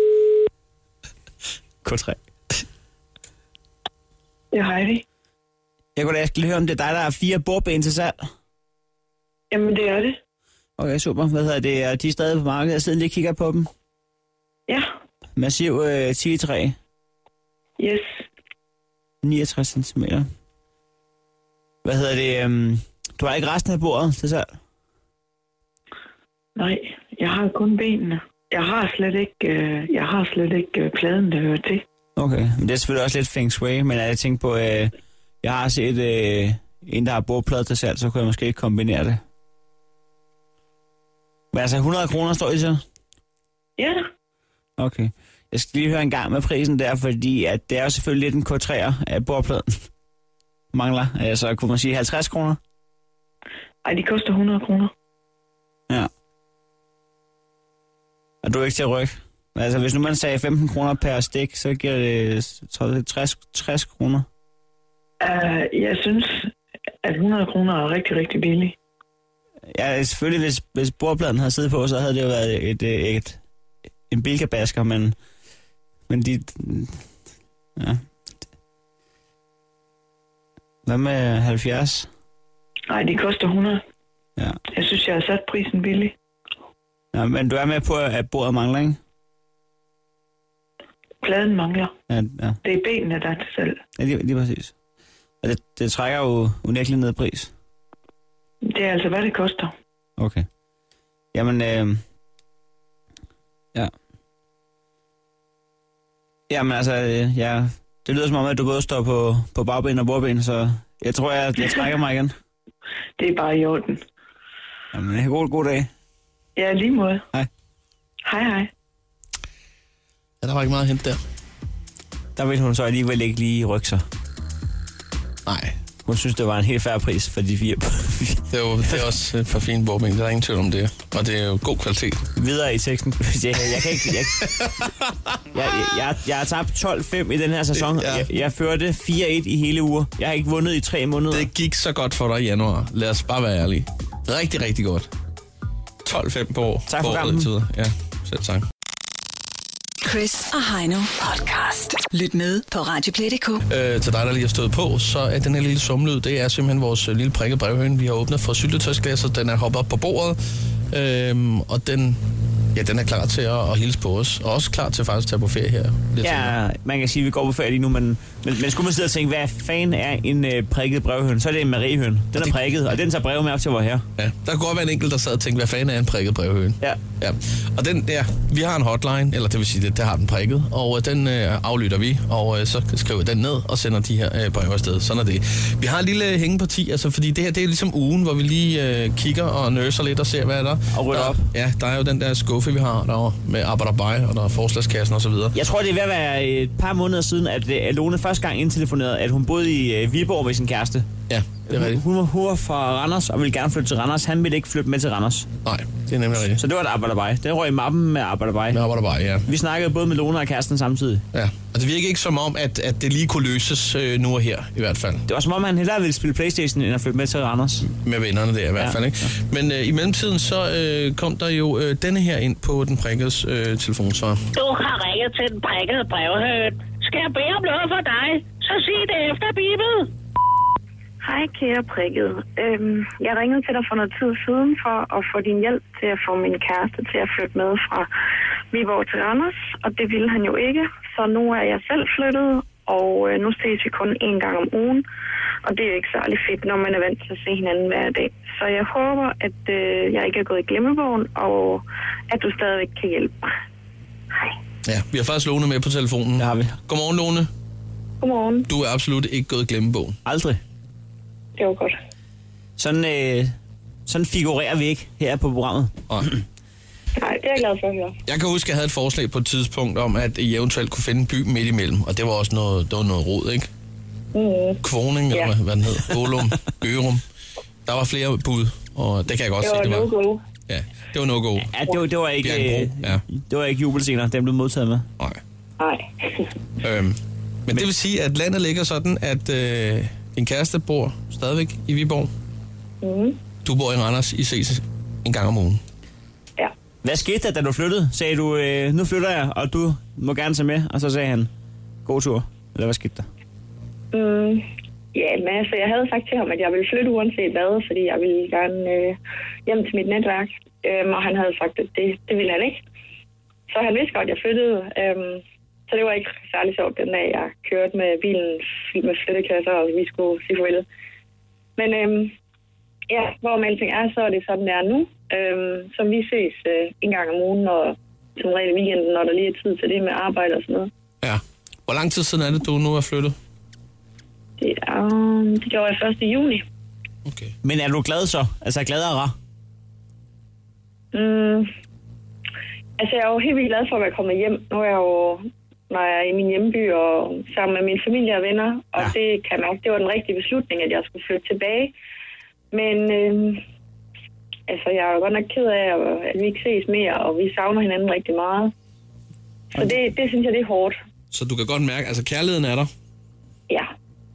K tre. Ja, Heidi. Jeg kunne da lige høre, om det er dig, der har fire bordben til salg. Jamen, det er det. Okay, super. Hvad hedder det? Er de stadig på markedet? Jeg sidder lige og kigger på dem. Ja. Massiv øh, tigetræ. Yes. niogtres centimeter. Hvad hedder det? Øhm, du har ikke resten af bordet til salg? Nej, jeg har kun benene. Jeg har slet ikke, øh, jeg har slet ikke øh, pladen, der hører til. Okay, men det er selvfølgelig også lidt feng shui, men jeg tænker på, øh, jeg har set øh, en, der har bordplade til salg, så kunne jeg måske ikke kombinere det. Men altså hundrede kroner står I så? Ja. Okay. Jeg skal lige høre en gang med prisen der, fordi at det er jo selvfølgelig lidt en K tre'er af bordpladen. Mangler. Altså kunne man sige halvtreds kroner? Ej, de koster hundrede kroner. Ja. Og du er ikke til at rykke? Altså, hvis nu man sagde femten kroner per stik, så giver det tres, tres kroner. Uh, jeg synes, at hundrede kroner er rigtig, rigtig billigt. Ja, selvfølgelig, hvis, hvis bordpladen havde siddet på, så havde det jo været et, et, et, en bilkabasker, men, men de... Ja. Hvad med halvfjerds? Nej, de koster hundrede. Ja. Jeg synes, jeg har sat prisen billigt. Ja, men du er med på, at bordet mangler, ikke? Pladen mangler. Ja, ja. Det er benene, der er til salg. Ja, lige, lige præcis. Og det, det trækker jo unægteligt ned i pris. Det er altså, hvad det koster. Okay. Jamen, øh... ja. Jamen altså, øh, ja... Det lyder som om, at du både står på, på bagben og bordben, så jeg tror, jeg, jeg trækker mig igen. Det er bare i orden. Jamen, god, god dag. Ja, lige måde. Hej. Hej, hej. Ja, der var ikke meget at hente der. Der ville hun så alligevel ikke lige rykke sig. Nej. Hun synes, det var en helt fair pris for de fire. Det er jo det er også for fint bordben, der er ingen tvivl om det. Og det er jo god kvalitet. Videre i teksten. Jeg, jeg kan ikke... Jeg, jeg, jeg, jeg, jeg har tabt tolv fem i den her sæson. Ja. Jeg, jeg førte fire et i hele uger. Jeg har ikke vundet i tre måneder. Det gik så godt for dig i januar. Lad os bare være ærlige. Rigtig, rigtig godt. tolv fem på år. Tak for kampen. Ja, selv tak. Chris og Heino podcast. Lyt med på radioplay punktum d k. Øh, til dig, der lige har stået på, så er den her lille sumlyd, det er simpelthen vores lille prikket brevhøn. Vi har åbnet for syltetøjsglasser, den er hoppet op på bordet, øhm, og den, ja, den er klar til at, at hilse på os, og også klar til faktisk at tage på ferie her. Lidt ja, senere. Man kan sige, at vi går på ferie lige nu, men, men, men skulle man sidde og tænke, hvad fanden er en øh, prikket brevhøn? Så er det en Mariehøn. Den og er det... prikket, og den tager brev med op til vor her. Ja, der kunne godt være en enkelt, der sad og tænkte, hvad fanden er en prikket brevhøn? Ja. Ja. Og den der, vi har en hotline, eller det vil sige, det, det har den prikket, og den øh, aflytter vi, og øh, så skriver vi den ned og sender de her øh, brev afsted. Sådan er det. Vi har en lille hængeparti, altså fordi det her, det er ligesom ugen, hvor vi lige øh, kigger og nørser lidt og ser, hvad er der. Og rydder op. Ja, der er jo den der skuffe, vi har derovre med Arbejderbej, og der er forslagskassen og så videre. Jeg tror, det er ved at være et par måneder siden, at øh, Lone første gang indtelefonerede, at hun boede i øh, Viborg med sin kæreste. Ja, det er rigtigt. Hun, hun, hun var fra Randers og ville gerne flytte til Randers. Han ville ikke flytte med til Randers. Nej, det er nemlig rigtigt. Så det var et Arbejderbej. Det røg i mappen med Arbejderbej. Med Arbejderbej, ja. Vi snakkede både med Lone og kæresten samtidig. Ja, og det virker ikke som om, at, at det lige kunne løses øh, nu og her, i hvert fald. Det var som om, han hellere ville spille PlayStation, end at flytte med til Randers. Med vennerne der, i hvert fald, ja. Ikke? Men øh, i mellemtiden, så øh, kom der jo øh, denne her ind på den prikkedes øh, telefonsvar. Du har ringet til den prikkede brevhøn. Skal jeg bede om noget for dig? Så sig det efter, Bibel. Hej, kære prikket. Øhm, jeg ringede til dig for noget tid siden for at få din hjælp til at få min kæreste til at flytte med fra Viborg til Randers, og det ville han jo ikke. Så nu er jeg selv flyttet, og øh, nu ses vi kun én gang om ugen, og det er jo ikke særlig fedt, når man er vant til at se hinanden hver dag. Så jeg håber, at øh, jeg ikke er gået i glemmebogen, og at du stadigvæk kan hjælpe mig. Hej. Ja, vi har faktisk Lone med på telefonen. Det har vi. Godmorgen, Lone. Godmorgen. Du er absolut ikke gået i glemmebogen. Aldrig. Det var godt. Sådan, øh, sådan figurerer vi ikke her på programmet. Nej. Nej, det er jeg glad for at høre. Jeg kan huske, at jeg havde et forslag på et tidspunkt om, at I eventuelt kunne finde en by midt imellem, og det var også noget, det var noget rod, ikke? Mm. Kvoning, ja. Eller hvad, hvad den hed, Bolum, Ørum. Der var flere bud, og det kan jeg godt det se, det var. Det var no-go. Ja, det var no-go. Ja, det var, det var ikke, ja. det var ikke jubelscener, dem blev modtaget med. Nej. Nej. øhm, men, men det vil sige, at landet ligger sådan, at øh, din kæreste bor stadigvæk i Viborg. Mm. Du bor i Randers, I ses en gang om ugen. Ja. Hvad skete der, da du flyttede? Sagde du, øh, nu flytter jeg, og du må gerne tage med? Og så sagde han, god tur. Eller hvad skete der? Mm. Ja, men altså, jeg havde sagt til ham, at jeg ville flytte uanset hvad, fordi jeg ville gerne øh, hjem til mit netværk. Øhm, og han havde sagt, at det, det ville han ikke. Så han vidste godt, at jeg flyttede. Øhm, så det var ikke særlig sjovt, den dag jeg kørte med bilen med flyttekasser, og vi skulle sige farvel. Men øhm, ja, hvor med alting er, så er det sådan, det er nu. Øhm, så vi ses øh, en gang om ugen, og som regel i weekenden, når der lige er tid til det med arbejde og sådan noget. Ja. Hvor lang tid siden er det, du nu er flyttet? Det, er, det gjorde jeg første juni. Okay. Men er du glad så? Altså gladere? Mm. Altså, jeg er jo helt vildt glad for at være kommet hjem. Nu er jeg jo, når jeg er i min hjemby og sammen med min familie og venner. Og ja. Det kan man, det var den rigtige beslutning, at jeg skulle flytte tilbage. Men øhm, altså, jeg er jo godt nok ked af, at vi ikke ses mere, og vi savner hinanden rigtig meget. Så det, det synes jeg, det er hårdt. Så du kan godt mærke, altså kærligheden er der? Ja.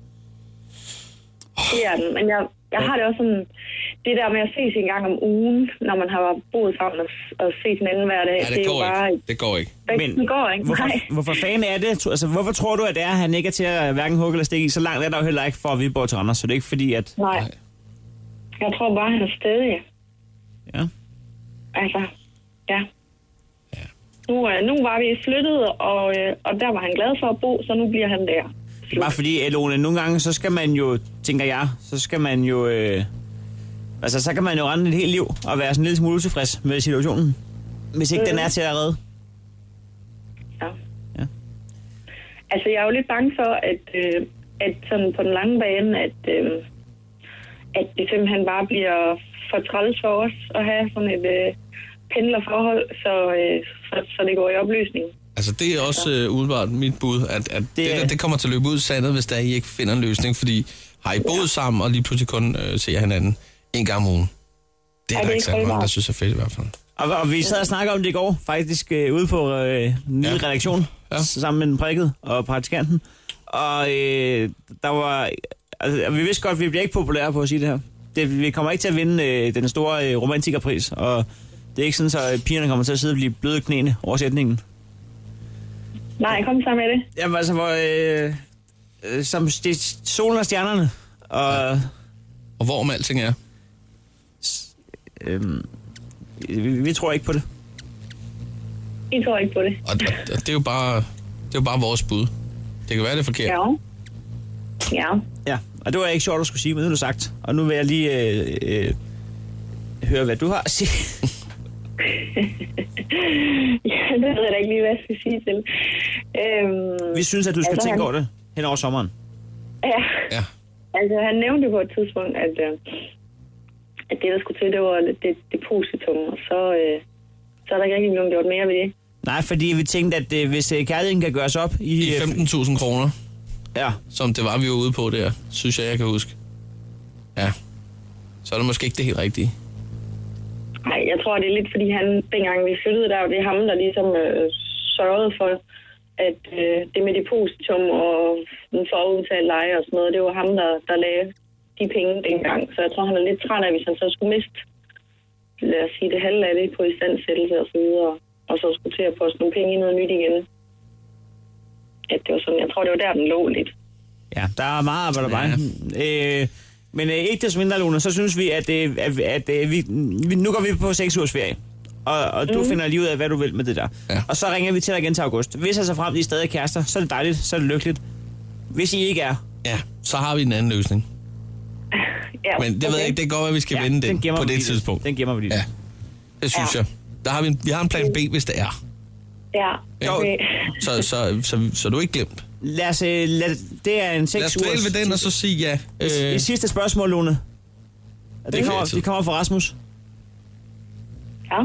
Det er den, men jeg, jeg har det også sådan, det der med at ses en gang om ugen, når man har boet sammen og, og ses hinanden hver dag, ja, det, det er går jo bare... ikke. Det går ikke. Men det går ikke, hvorfor, nej. hvorfor fanden er det? Altså, hvorfor tror du, at det er, at han ikke er til at hverken hugge eller stikke i? Så langt er der jo heller ikke for, at vi bor til Randers, så det er ikke fordi, at... Nej. Jeg tror bare, han er stedig. Ja. Altså, ja. Nu, nu var vi flyttet, og, og der var han glad for at bo, så nu bliver han der. Bare fordi, Lone, nogle gange, så skal man jo, tænker jeg, så skal man jo... Øh, altså, så kan man jo rende et helt liv og være sådan lidt smule utilfreds med situationen. Hvis ikke mm. den er til at redde. Ja. ja. Altså, jeg er jo lidt bange for, at, øh, at sådan på den lange bane, at, øh, at det simpelthen bare bliver for træls for os at have sådan et øh, pendlerforhold, så, øh, så, så det går i opløsning. Altså, det er også øh, umiddelbart mit bud, at, at det, det, der, det kommer til at løbe ud sandet, hvis der I ikke finder en løsning, fordi har I boet ja. sammen, og lige pludselig kun øh, ser hinanden en gang om ugen. Det er ja, der det ikke særlig mange, der synes er fedt i hvert fald. Og, og vi sad og snakkede om det i går, faktisk øh, ude på øh, ny ja. redaktion, ja. sammen med den prikket og praktikanten. Og øh, der var... Altså, vi vidste godt, at vi bliver ikke populære på at sige det her. Det, vi kommer ikke til at vinde øh, den store øh, romantikerpris, og det er ikke sådan, så øh, pigerne kommer til at sidde og blive bløde knæene over sætningen. Nej, kom så med det. Jamen altså, hvor... Øh, øh, som st- solen og stjernerne, og... Ja. Og hvor om alting er? Øh, vi, vi tror ikke på det. I tror ikke på det. Og, og, og det er jo bare... Det er jo bare vores bud. Det kan være, det er forkert. Ja. Ja. Ja, og det var ikke sjovt at skulle sige, men det har du sagt. Og nu vil jeg lige øh, øh, høre, hvad du har at sige. Ja, det ved jeg da ikke lige, hvad jeg skal sige til. Øhm, Vi synes, at du skal altså, tænke han... over det hen over sommeren. Ja. ja. Altså, han nævnte på et tidspunkt, at, øh, at det, der skulle til, det var det depositum, og så, øh, så er der ikke rigtig blevet gjort mere ved det. Nej, fordi vi tænkte, at øh, hvis øh, kærligheden kan gøres op i... I femten tusind kroner. Ja. Som det var, vi var ude på der, synes jeg, jeg kan huske. Ja. Så er det måske ikke det helt rigtige. Nej, jeg tror, det er lidt, fordi han, dengang vi flyttede der, det er ham, der ligesom øh, sørgede for, at øh, det med depositum og den forudtalte leje og sådan noget, det var ham, der, der lagde de penge dengang. Så jeg tror, han er lidt træt af, hvis han så skulle miste, lad os sige, det halve af det på istandsættelse og så videre, og så skulle til at poste nogle penge i noget nyt igen. At det var sådan, jeg tror, det var der, den lå lidt. Ja, der er meget arbejde ja. bare. Øh, men øh, ikke desto mindre, Lone, så synes vi, at, øh, at, at øh, vi, nu går vi på seks ugers ferie. Og, og mm. du finder lige ud af, hvad du vil med det der. Ja. Og så ringer vi til dig igen til august. Hvis altså frem, de er stadig kærester, så er det dejligt, så er det lykkeligt. Hvis I ikke er... Ja, så har vi en anden løsning. Ja, men det okay. ved jeg ikke, det er godt, at vi skal ja, vende den, den på det lige tidspunkt. Den gemmer vi lige. Ja, det synes ja. jeg. Der har vi, en, vi har en plan B, hvis det er. Ja, okay. Så, så, så, så, så du er ikke glemt. Lad os, lad, det er en seks ugers... Lad os dvæle ved den, og så sige ja. Øh... Et sidste spørgsmål, Lone. Det, det, kommer, det kommer fra Rasmus. Ja.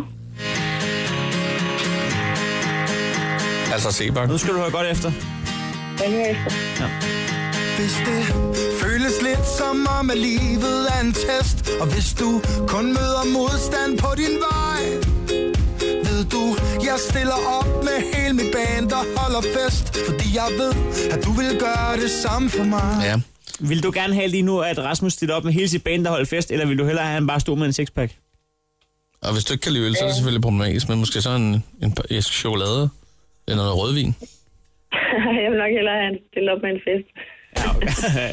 Altså Sebak. Nu skal du høre godt efter. Jeg hører efter. Ja. Hvis det føles lidt som om, at livet er en test, og hvis du kun møder modstand på din vej, ved du, jeg stiller op med hele mit band og holder fest, fordi jeg ved, at du vil gøre det samme for mig. Ja. Vil du gerne have lige nu, at Rasmus stiller op med hele sit band og holder fest, eller vil du hellere have, at han bare stod med en sixpack? Og hvis du ikke kan lide øl, så er det selvfølgelig problematisk, men måske så en, en æske chokolade eller noget rødvin. Jeg vil nok hellere have, at han stiller op med en fest. Ja, okay.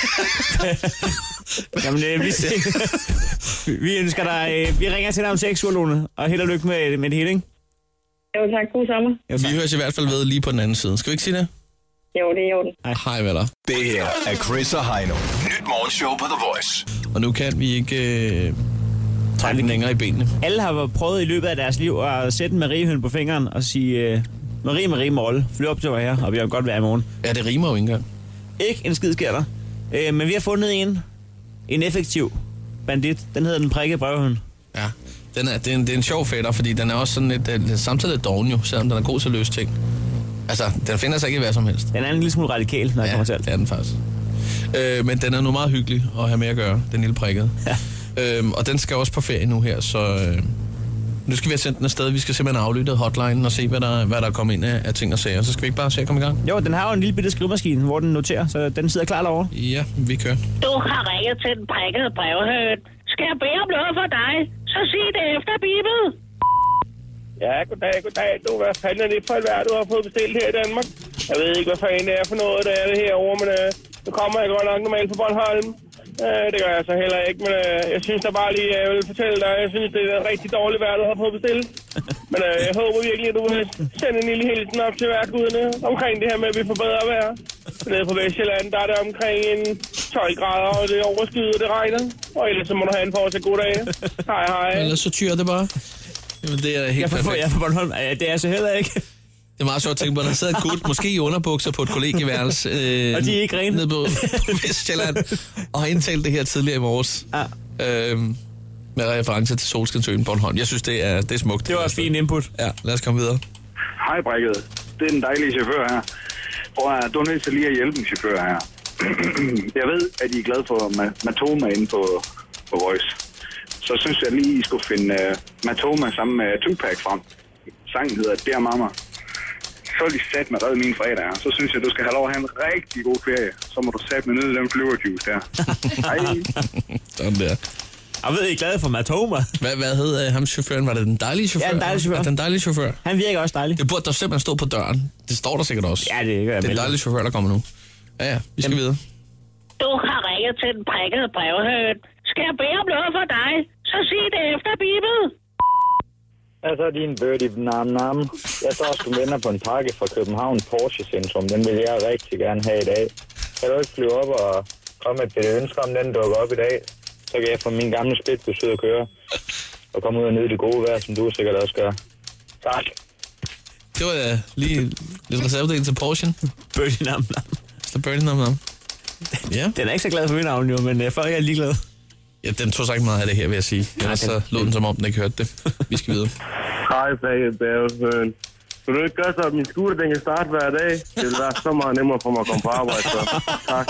Jamen, øh, vi, vi ønsker dig, øh, vi ringer til dig om seks uger, Lone, og held og lykke med, med det hele, ikke? Jo, tak. God sommer. Jo, vi høres i hvert fald ved lige på den anden side. Skal vi ikke sige det? Jo, det er i orden. Hej, Hej venner. Det her er Chris og Heino. Nyt morgenshow på The Voice. Og nu kan vi ikke øh, trække den længere i benene. Alle har prøvet i løbet af deres liv at sætte en Mariehøn på fingeren og sige, øh, Marie, Marie, Molle, fly op til mig her, og vi har godt være i morgen. Ja, det rimer jo ikke engang. Ikke en skid sker der. Øh, men vi har fundet en, en effektiv bandit. Den hedder den prikkede brevhøn. Ja, den er, det, er en, det er en sjov fætter, fordi den er også sådan lidt, lidt samtidig lidt doven jo, selvom den er god til at løse ting. Altså, den finder sig ikke i hvad som helst. Den er en lille smule radikal, når jeg ja, kommer til alt. det er den faktisk. Øh, men den er nu meget hyggelig at have med at gøre, den lille prikkede. Ja. Øh, og den skal også på ferie nu her, så... Øh, nu skal vi have sendt den afsted. Vi skal simpelthen aflytte hotline og se, hvad der, hvad der er kommet ind af, af ting og sager. Så skal vi ikke bare se at komme i gang? Jo, den har jo en lille bitte skrivemaskine, hvor den noterer, så den sidder klar derovre. Ja, vi kører. Du har ringet til den prikkede brevhøn. Skal jeg bede om noget for dig? Så sig det efter, Bibel. Ja, goddag, goddag. Du, hvad fanden er det for et vejr, du har fået bestilt her i Danmark? Jeg ved ikke, hvad fanden det er for noget, der er det herovre, men øh, nu kommer jeg godt nok normalt på Bornholm. Øh, det gør jeg så heller ikke, men øh, jeg synes da bare lige, jeg vil fortælle dig, jeg synes, det er et rigtig dårligt vejr, du har fået bestilt. Men øh, jeg håber virkelig, at du vil sende en lille hilsen op til værkudene omkring det her med, at vi får bedre vejr. Nede på Vestjylland, der er det omkring en tolv grader, og det er overskyet, og det regner. Og ellers så må du have en fortsat god dag. Hej, hej. Ellers så tyrer det bare. Jamen, det er helt jeg perfekt. Jeg er på Bornholm. Det er så heller ikke. Det er meget sjovt at tænke på, at der sidder en gut, måske i underbukser på et kollegieværelse. Øh, og de er ikke rene. Nede på, på Vestjylland, og har indtalt det her tidligere i morges. Ja. Øhm, med reference til Solskinsøen Bornholm. Jeg synes, det er, det er smukt. Det var et fint input. Ja, lad os komme videre. Hej, Brækket. Det er den dejlige chauffør her. Prøv at du er nødt til lige at hjælpe en chauffør her. Jeg ved, at I er glade for Matoma inde på, på Voice. Så synes jeg lige, I skulle finde uh, Matoma sammen med Tupac frem. Sangen hedder Dear Mama. Så er de sat med redde mine fredag her. Så synes jeg, du skal have lov at have en rigtig god ferie. Så må du sat med ned i den flyverjuice der. Hej. Sådan der. Jeg ved, I er glade for Matoma. Hvad, hvad hed uh, ham chaufføren? Var det den dejlige chauffør? Ja, den dejlige chauffør. Den dejlige chauffør. Han virker også dejlig. Det burde der simpelthen stå på døren. Det står der sikkert også. Ja, det gør jeg. Det er en dejlig chauffør, der kommer nu. Ja, ja, vi skal videre. Du har ringet til den prikkede brevhøn. Skal jeg bede om noget for dig, så sig det efter bibet. Altså, din birdie, nam nam. Jeg står sgu venter på en pakke fra København Porsche Centrum. Den vil jeg rigtig gerne have i dag. Kan du ikke flyve op og komme med et ønske om, den dukker op i dag? Så kan jeg få min gamle splitbus ud og køre. Og komme ud og nyde det gode vejr, som du sikkert også gør. Tak. Det var uh, lige lidt reservedel til Porsche. Birdie nam nam. Så birdie nam nam. Ja. Den er ikke så glad for min navn, jo, men uh, folk er ligeglade. Ja, den tog så ikke meget af det her, vil jeg sige. Ellers så lød den som om, den ikke hørte det. Vi skal videre. Hej, Fagget Bævsøn. Vil du ikke gøre så, at min scooter den kan starte hver dag? Det vil være så meget nemmere for mig at komme på arbejde, så tak.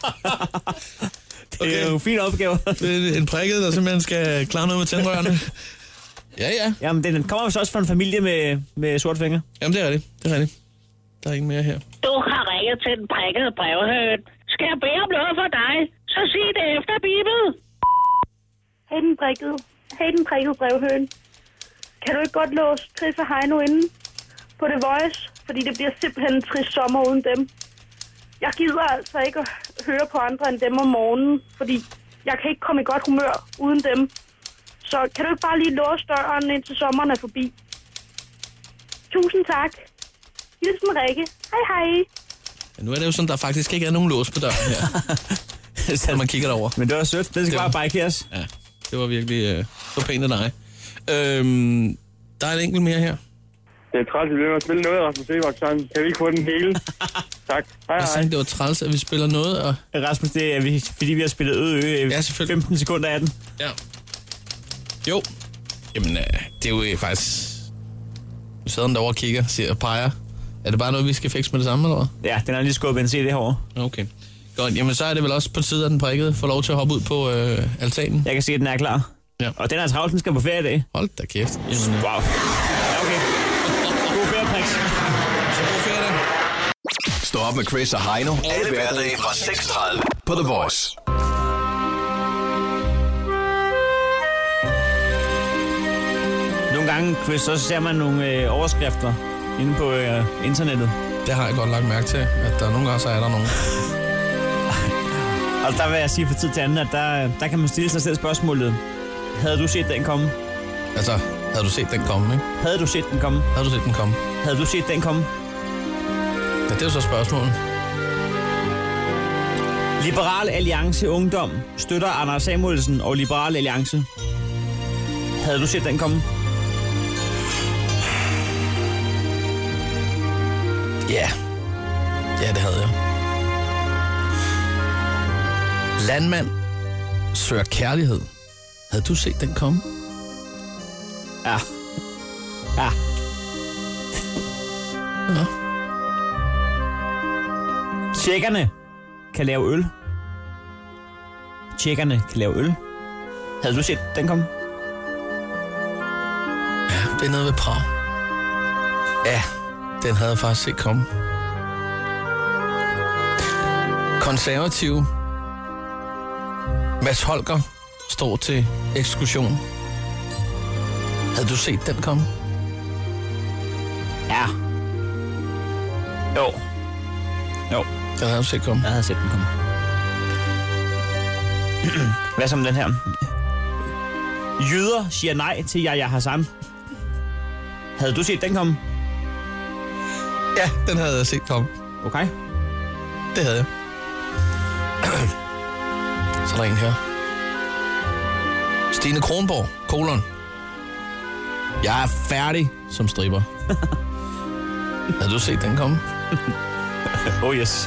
Det er jo en fin opgave. Det er en prikket, der simpelthen skal klare noget med tændrørene. Ja, ja. Jamen, den kommer vist også fra en familie med, med sorte fingre. Jamen, det er rigtigt. Det er rigtigt. Der er ikke mere her. Du har ringet til den prikkede brevhøn. Skal jeg bede om noget for dig, så sig det efter bibet. Hej den prikkede. Hej den prikkede brevhøn. Kan du ikke godt låse Chris og Heino inde på The Voice? Fordi det bliver simpelthen en trist sommer uden dem. Jeg gider altså ikke at høre på andre end dem om morgenen, fordi jeg kan ikke komme i godt humør uden dem. Så kan du ikke bare lige låse døren, indtil sommeren er forbi? Tusind tak. Hilsen Rikke. Hej hej. Ja, nu er det jo sådan, der faktisk ikke er nogen lås på døren her. Så man kigger derover. Men det var sødt. Den skal bare bikeres. Ja, det var virkelig øh, så pænt af dig. Øhm, der er en enkelt mere her. Det er træls, at vi bliver at spille noget af Rasmus Sebaks sang. Kan vi ikke få den hele? Tak. Hej, Jeg hej. sagde, det var træls, at vi spiller noget. Og... Rasmus, det er vi, fordi vi har spillet øde ø. Ja, selvfølgelig. femten sekunder af den. Ja. Jo. Jamen, øh, det er jo øh, faktisk... Nu sidder den derovre og kigger siger, og peger. Er det bare noget, vi skal fikse med det samme, eller hvad? Ja, den er lige skubbet en C D herovre. Okay. Godt, jamen så er det vel også på tide, at den prikkede får lov til at hoppe ud på øh, altanen. Jeg kan se, at den er klar. Ja. Og den er travlt, den skal på ferie i dag. Hold da kæft. Jamen, øh... Wow. Ja, okay. God ferie, Prix. Så god ferie, da. Stå op med Chris og Heino. Alle hverdage fra seks tredive på The Voice. Nogle gange, Chris, så ser man nogle øh, overskrifter inde på øh, internettet. Det har jeg godt lagt mærke til, at der nogle gange så er der nogen. Og der vil jeg sige fra tid til anden, at der, der kan man stille sig selv spørgsmålet. Havde du set den komme? Altså, havde du set den komme, ikke? Havde du set den komme? Havde du set den komme? Havde du set den komme? Ja, det er jo så spørgsmålet. Liberal Alliance Ungdom støtter Anders Samuelsen og Liberal Alliance. Havde du set den komme? Ja. Ja, det havde jeg. Landmand søger kærlighed. Havde du set den komme? Ja. Ja. Ja. Tjekkerne kan lave øl. Tjekkerne kan lave øl. Havde du set den komme? Ja, det er noget ved Prag. Ja, den havde jeg faktisk set komme. Konservative Mads Holger står til ekskursion. Havde du set den komme? Ja. Jo. Jo. Den havde du set komme. Jeg havde set den komme. Hvad så med den her? Jøder siger nej til Yahya Hassan. Havde du set den komme? Ja, den havde jeg set komme. Okay. Det havde jeg. Så er der en her. Stine Kronborg, kolon. Jeg er færdig som stripper. Havde du set den komme? Oh yes.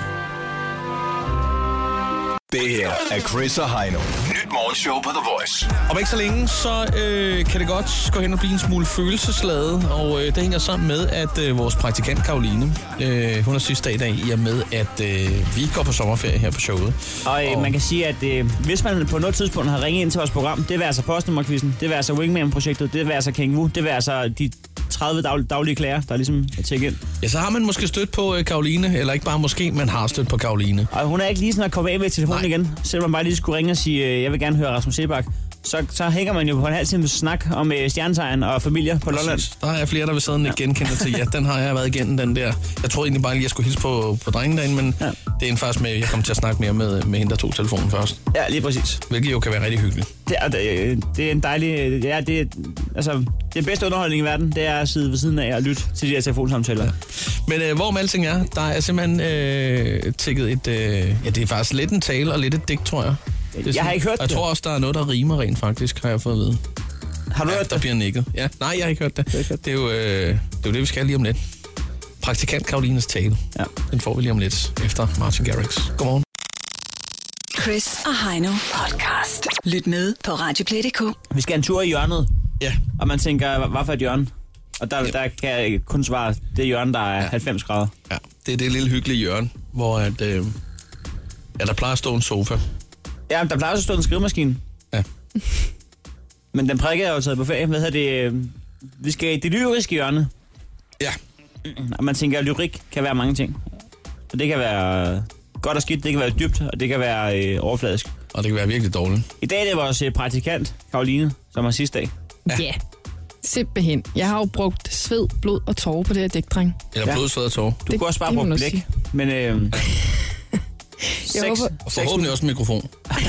Det her er Chris og Heino. Nyt morgenshow på The Voice. Om ikke så længe, så øh, kan det godt gå hen og blive en smule følelsesladet, og øh, det hænger sammen med, at øh, vores praktikant Karoline, øh, hun er sidste dag i dag, i og med, at øh, vi går på sommerferie her på showet. Og, øh, og man kan sige, at øh, hvis man på noget tidspunkt har ringet ind til vores program, det vil altså postnummerquizzen, det vil altså Wingman-projektet, det vil altså King Wu, det vil altså de tredive dag, daglige klager, der er ligesom at tjekke ind. Ja, så har man måske stødt på øh, Karoline, eller ikke bare måske, man har stødt på Karoline. Og hun er ikke lige sådan at komme af med telefonen Nej. igen, selvom man bare lige skulle ringe og sige, øh, jeg vil gerne høre Rasmus Sebak. Så, så hænger man jo på en halv time snak om øh, stjernetegn og familier på Lolland. Der er flere, der vil sidde og genkende til, ja, den har jeg været igennem, den der. Jeg troede egentlig bare lige, jeg skulle hilse på, på drengen derinde, men ja. Det er en faktisk med, jeg kommer til at snakke mere med, med hende, der tog telefonen først. Ja, lige præcis. Hvilket jo kan være rigtig hyggeligt. Det er, det er en dejlig... Ja, det, altså, det bedste underholdning i verden, det er at sidde ved siden af og lytte til de her telefonsamtaler. Ja. Men øh, hvorom alting er, der er simpelthen øh, tækket et... Øh, ja, det er faktisk lidt en tale og lidt et digt, tror jeg. Jeg har ikke hørt jeg det. Jeg tror også, der er noget, der rimer rent faktisk, har jeg fået at vide. Har du ja, hørt der det? bliver nikket. Ja, nej, jeg har ikke hørt det. Det er jo, øh, det, er jo det, vi skal lige om lidt. Praktikant Karolines tale. Ja. Den får vi lige om lidt efter Martin Garrix. Godmorgen. Chris og Heino podcast. Lyt med på radioplay punktum d k. Vi skal en tur i hjørnet. Ja. Og man tænker, hvad for et hjørne? Og der, der kan jeg kun svare, det hjørne, der er ja. halvfems grader. Ja, det er det lille hyggelige hjørne, hvor at, øh, ja, der plejer at stå en sofa. Ja, der plejer at stå en skrivemaskine. Ja. Men den prikkede er jo taget på ferie. Hvad hedder det? Vi skal i det lyriske hjørne. Ja. Og man tænker, at lyrik kan være mange ting. Og det kan være godt og skidt, det kan være dybt, og det kan være øh, overfladisk. Og det kan være virkelig dårligt. I dag er det vores øh, praktikant, Karoline, som har sidste dag. Ja. Yeah. Simpelthen. Jeg har jo brugt sved, blod og tårer på det her dæk, dreng. Eller ja. blod, sved og tårer. Du det, kunne også bare bruge blæk. Men øh, jeg sex, håber... Og forhåbentlig også en mikrofon.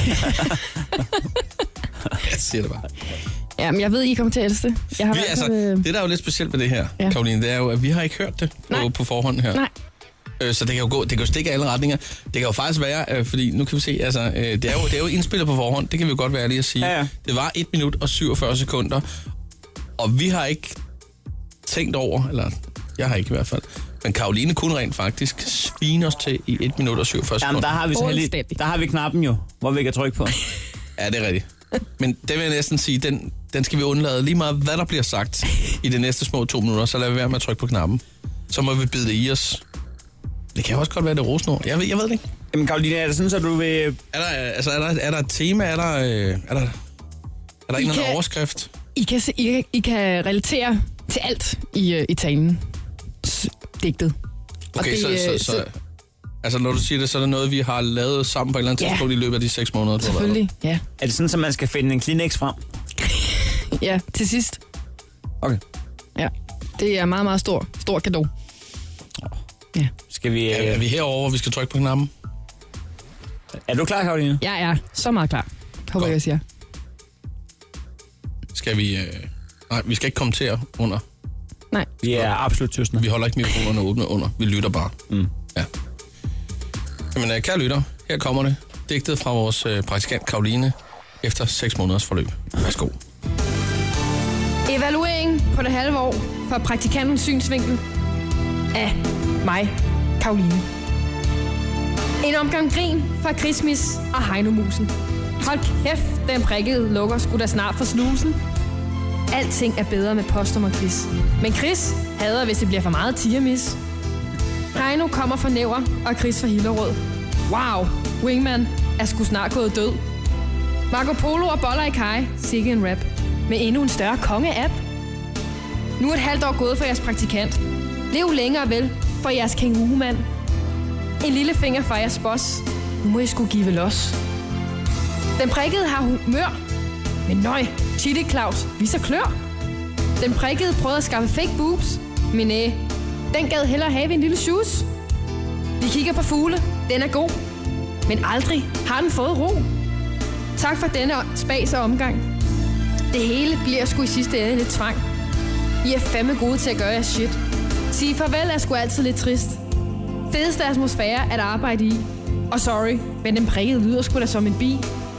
Jeg siger det bare. Jamen, jeg ved, I kommer til at elske det. Jeg har vi, altså, øh... Det, der er jo lidt specielt ved det her, ja. Karoline, det er jo, at vi har ikke hørt det på, på forhånd her. Nej. Øh, så det kan jo gå, det kan jo stikke alle retninger. Det kan jo faktisk være, øh, fordi nu kan vi se, altså, øh, det, er jo, det er jo indspillet på forhånd, det kan vi jo godt være lige at sige. Ja, ja. Det var et minut og syvogfyrre sekunder, og vi har ikke tænkt over, eller jeg har ikke i hvert fald, men Karoline kunne rent faktisk svine os til i et minut og syvogfyrre sekunder. Jamen, der har vi så heldig, der har vi knappen jo, hvor vi kan trykke på. Ja, det er rigtigt. Men det vil jeg næsten sige, den, den skal vi undlade lige meget, hvad der bliver sagt i de næste små to minutter, så lad vi være med at trykke på knappen. Så må vi bide det i os. Det kan også godt være, det rosnord. Jeg ved, jeg ved det ikke. Jamen, Karoline, er det sådan, så du vil... Er der, altså, er der, er der et tema? Er der, øh, er der, er der ikke nogen overskrift? I kan, I, kan, I kan relatere til alt i, i talen. S- digtet. Okay, det, så, så, så, så... Altså, når du siger det, så er det noget, vi har lavet sammen på et eller andet tidspunkt ja. i løbet af de seks måneder, du har været. Selvfølgelig, ja. Er det sådan, at man skal finde en Kleenex frem? Ja, til sidst. Okay. Ja, det er meget, meget stor, stor gave. Ja. Skal vi... Ja, er vi herovre, hvor vi skal trykke på knappen? Er du klar, Karoline? Jeg er så meget klar. Håber jeg siger. Skal vi... Øh... Nej, vi skal ikke kommentere under. Nej. Vi er absolut tystende. Vi holder ikke mikrofonerne åbne under. Vi lytter bare. Mm. Ja. Jamen, kære lytter, her kommer det. Digtet fra vores øh, praktikant Karoline efter seks måneders forløb. Værsgo. Evaluering på det halve år for praktikantens synsvinkel af mig, Karoline. En omgang grin fra Christmas og Heino-musen. Hold kæft, den prikkede lukker skulle da snart for slusen. Alting er bedre med postnummerquiz. Men Chris hader, hvis det bliver for meget tigermis. Heino kommer fra Næver og Chris fra Hillerød. Wow, Wingman er sgu snart gået død. Marco Polo og Boller i Kaj, sikke en rap. Med endnu en større konge-app. Nu er et halvt år gået for jeres praktikant. Lev længere vel for jeres kængurumand. En lille finger fra jeres boss. Nu må I sgu give los. Den prikkede har humør. Men nøj, Chili Claus, vi så klør. Den prikkede prøvede at skaffe fake boobs. Men næh, den gad hellere have en lille shoes. Vi kigger på fugle, den er god. Men aldrig har den fået ro. Tak for denne spas og omgang. Det hele bliver sgu i sidste ende lidt tvang. I er fandme gode til at gøre jeres shit. Sige farvel er sgu altid lidt trist. fedeste atmosfære at arbejde i. Og sorry, men den prikkede lyder sgu da som en bi.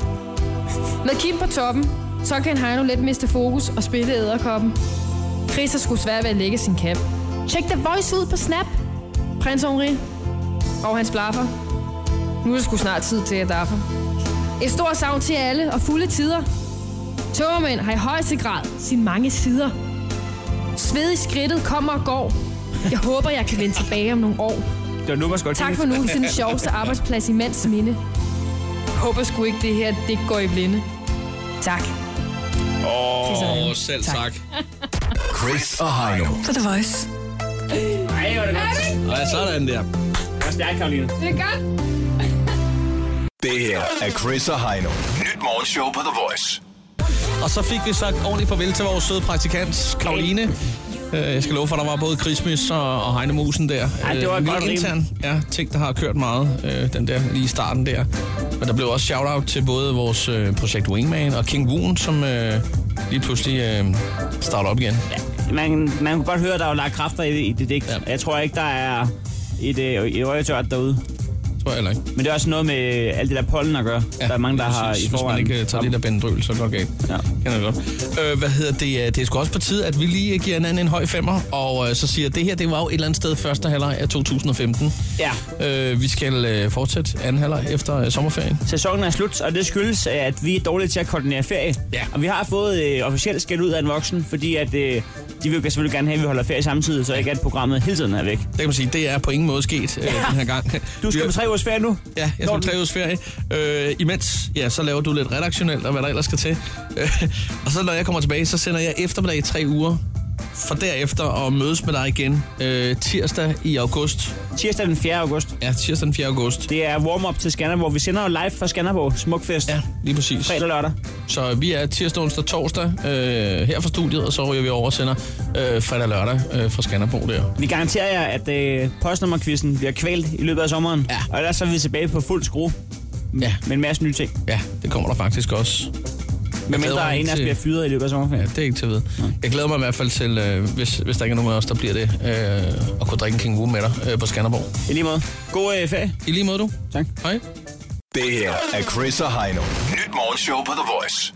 Med Kim på toppen, så kan Heino let miste fokus og spille æderkoppen. Chris er sgu svært ved at lægge sin cap. Tjek The Voice ud på Snap. Prins Henri og hans blaffer. Nu er det sgu snart tid til at daffer. Et stort savn til alle og fulde tider. Tømmermænd har i højeste grad sine mange sider. Sved i skridtet kommer og går. Jeg håber, jeg kan vende tilbage om nogle år. Det var nu, man skulle tak for nu til den sjoveste arbejdsplads i mands minde. Håber sgu ikke, det her det går i blinde. Tak. Åh, oh, selv tak. tak. Chris og Heino. For The Voice. Ej, hvor er det godt. Og sådan der. Det er stærkt, Karoline. Det er godt. Det her er Chris og Heino. Nyt morgenshow på The Voice. Og så fik vi sagt ordentligt farvel til vores søde praktikant, Karoline. Jeg skal love for, at der var både Christmas og, og Heino Musen der. Ej, det var øh, godt intern, ja, ting, der har kørt meget, øh, den der lige i starten der. Men der blev også shout-out til både vores øh, projekt Wingman og King Woon, som øh, lige pludselig øh, starter op igen. Ja, man, man kan godt høre, at der er lagt kræfter i, i det digt. Ja. Jeg tror ikke, der er et, et øjetørt derude. Tror jeg heller ikke. Men det er også noget med alt det der pollen at gøre. Ja, der er mange, der har i forvejen. Hvis man ikke tager lidt af Benadryl, så går det galt. Ja. Kender det godt. Øh, hvad hedder det? Det er sgu også på tide, at vi lige giver hinanden en høj femmer, og øh, så siger, at det her, det var jo et eller andet sted første halvleg af to tusind og femten. Ja. Øh, vi skal øh, fortsætte anden halvleg efter øh, sommerferien. Sæsonen er slut, og det skyldes, at vi er dårlige til at koordinere ferie. Ja. Og vi har fået øh, officielt skæld ud af en voksen, fordi at øh, de vil selvfølgelig gerne have, at vi holder ferie samtidig, så ikke at programmet hele tiden er væk. Det kan man sige, det er på ingen måde sket øh, den her gang. Du skal på tre ugers ferie nu? Ja, jeg skal på tre ugers ferie. Øh, imens, ja, så laver du lidt redaktionelt og hvad der ellers skal til. Øh, og så når jeg kommer tilbage, så sender jeg eftermiddag i tre uger. For derefter at mødes med dig igen øh, tirsdag i august. Tirsdag den fjerde august? Ja, tirsdag den fjerde august. Det er warm-up til Skanderborg. Vi sender jo live fra Skanderborg. Smukfest. Ja, lige præcis. Fredag og lørdag. Så vi er tirsdag, onsdag, torsdag øh, her fra studiet, og så ryger vi over og sender øh, fredag og lørdag øh, fra Skanderborg der. Vi garanterer jer, at øh, postnummerquizzen bliver kvalt i løbet af sommeren. Ja. Og ellers så er vi tilbage på fuld skrue. Ja. Med en masse nye ting. Ja, det kommer der faktisk også. Men mindre en af os bliver fyret i løbet af sommerferien. Ja, det er ikke til at vide. Jeg glæder mig i hvert fald til, øh, hvis, hvis der ikke er nogen af os, der bliver det, øh, at kunne drikke en King Woon med dig øh, på Skanderborg. I lige måde. God øh, ferie. I lige måde, du. Tak. Hej. Det her er Chris og Heino. Nyt morgenshow på The Voice.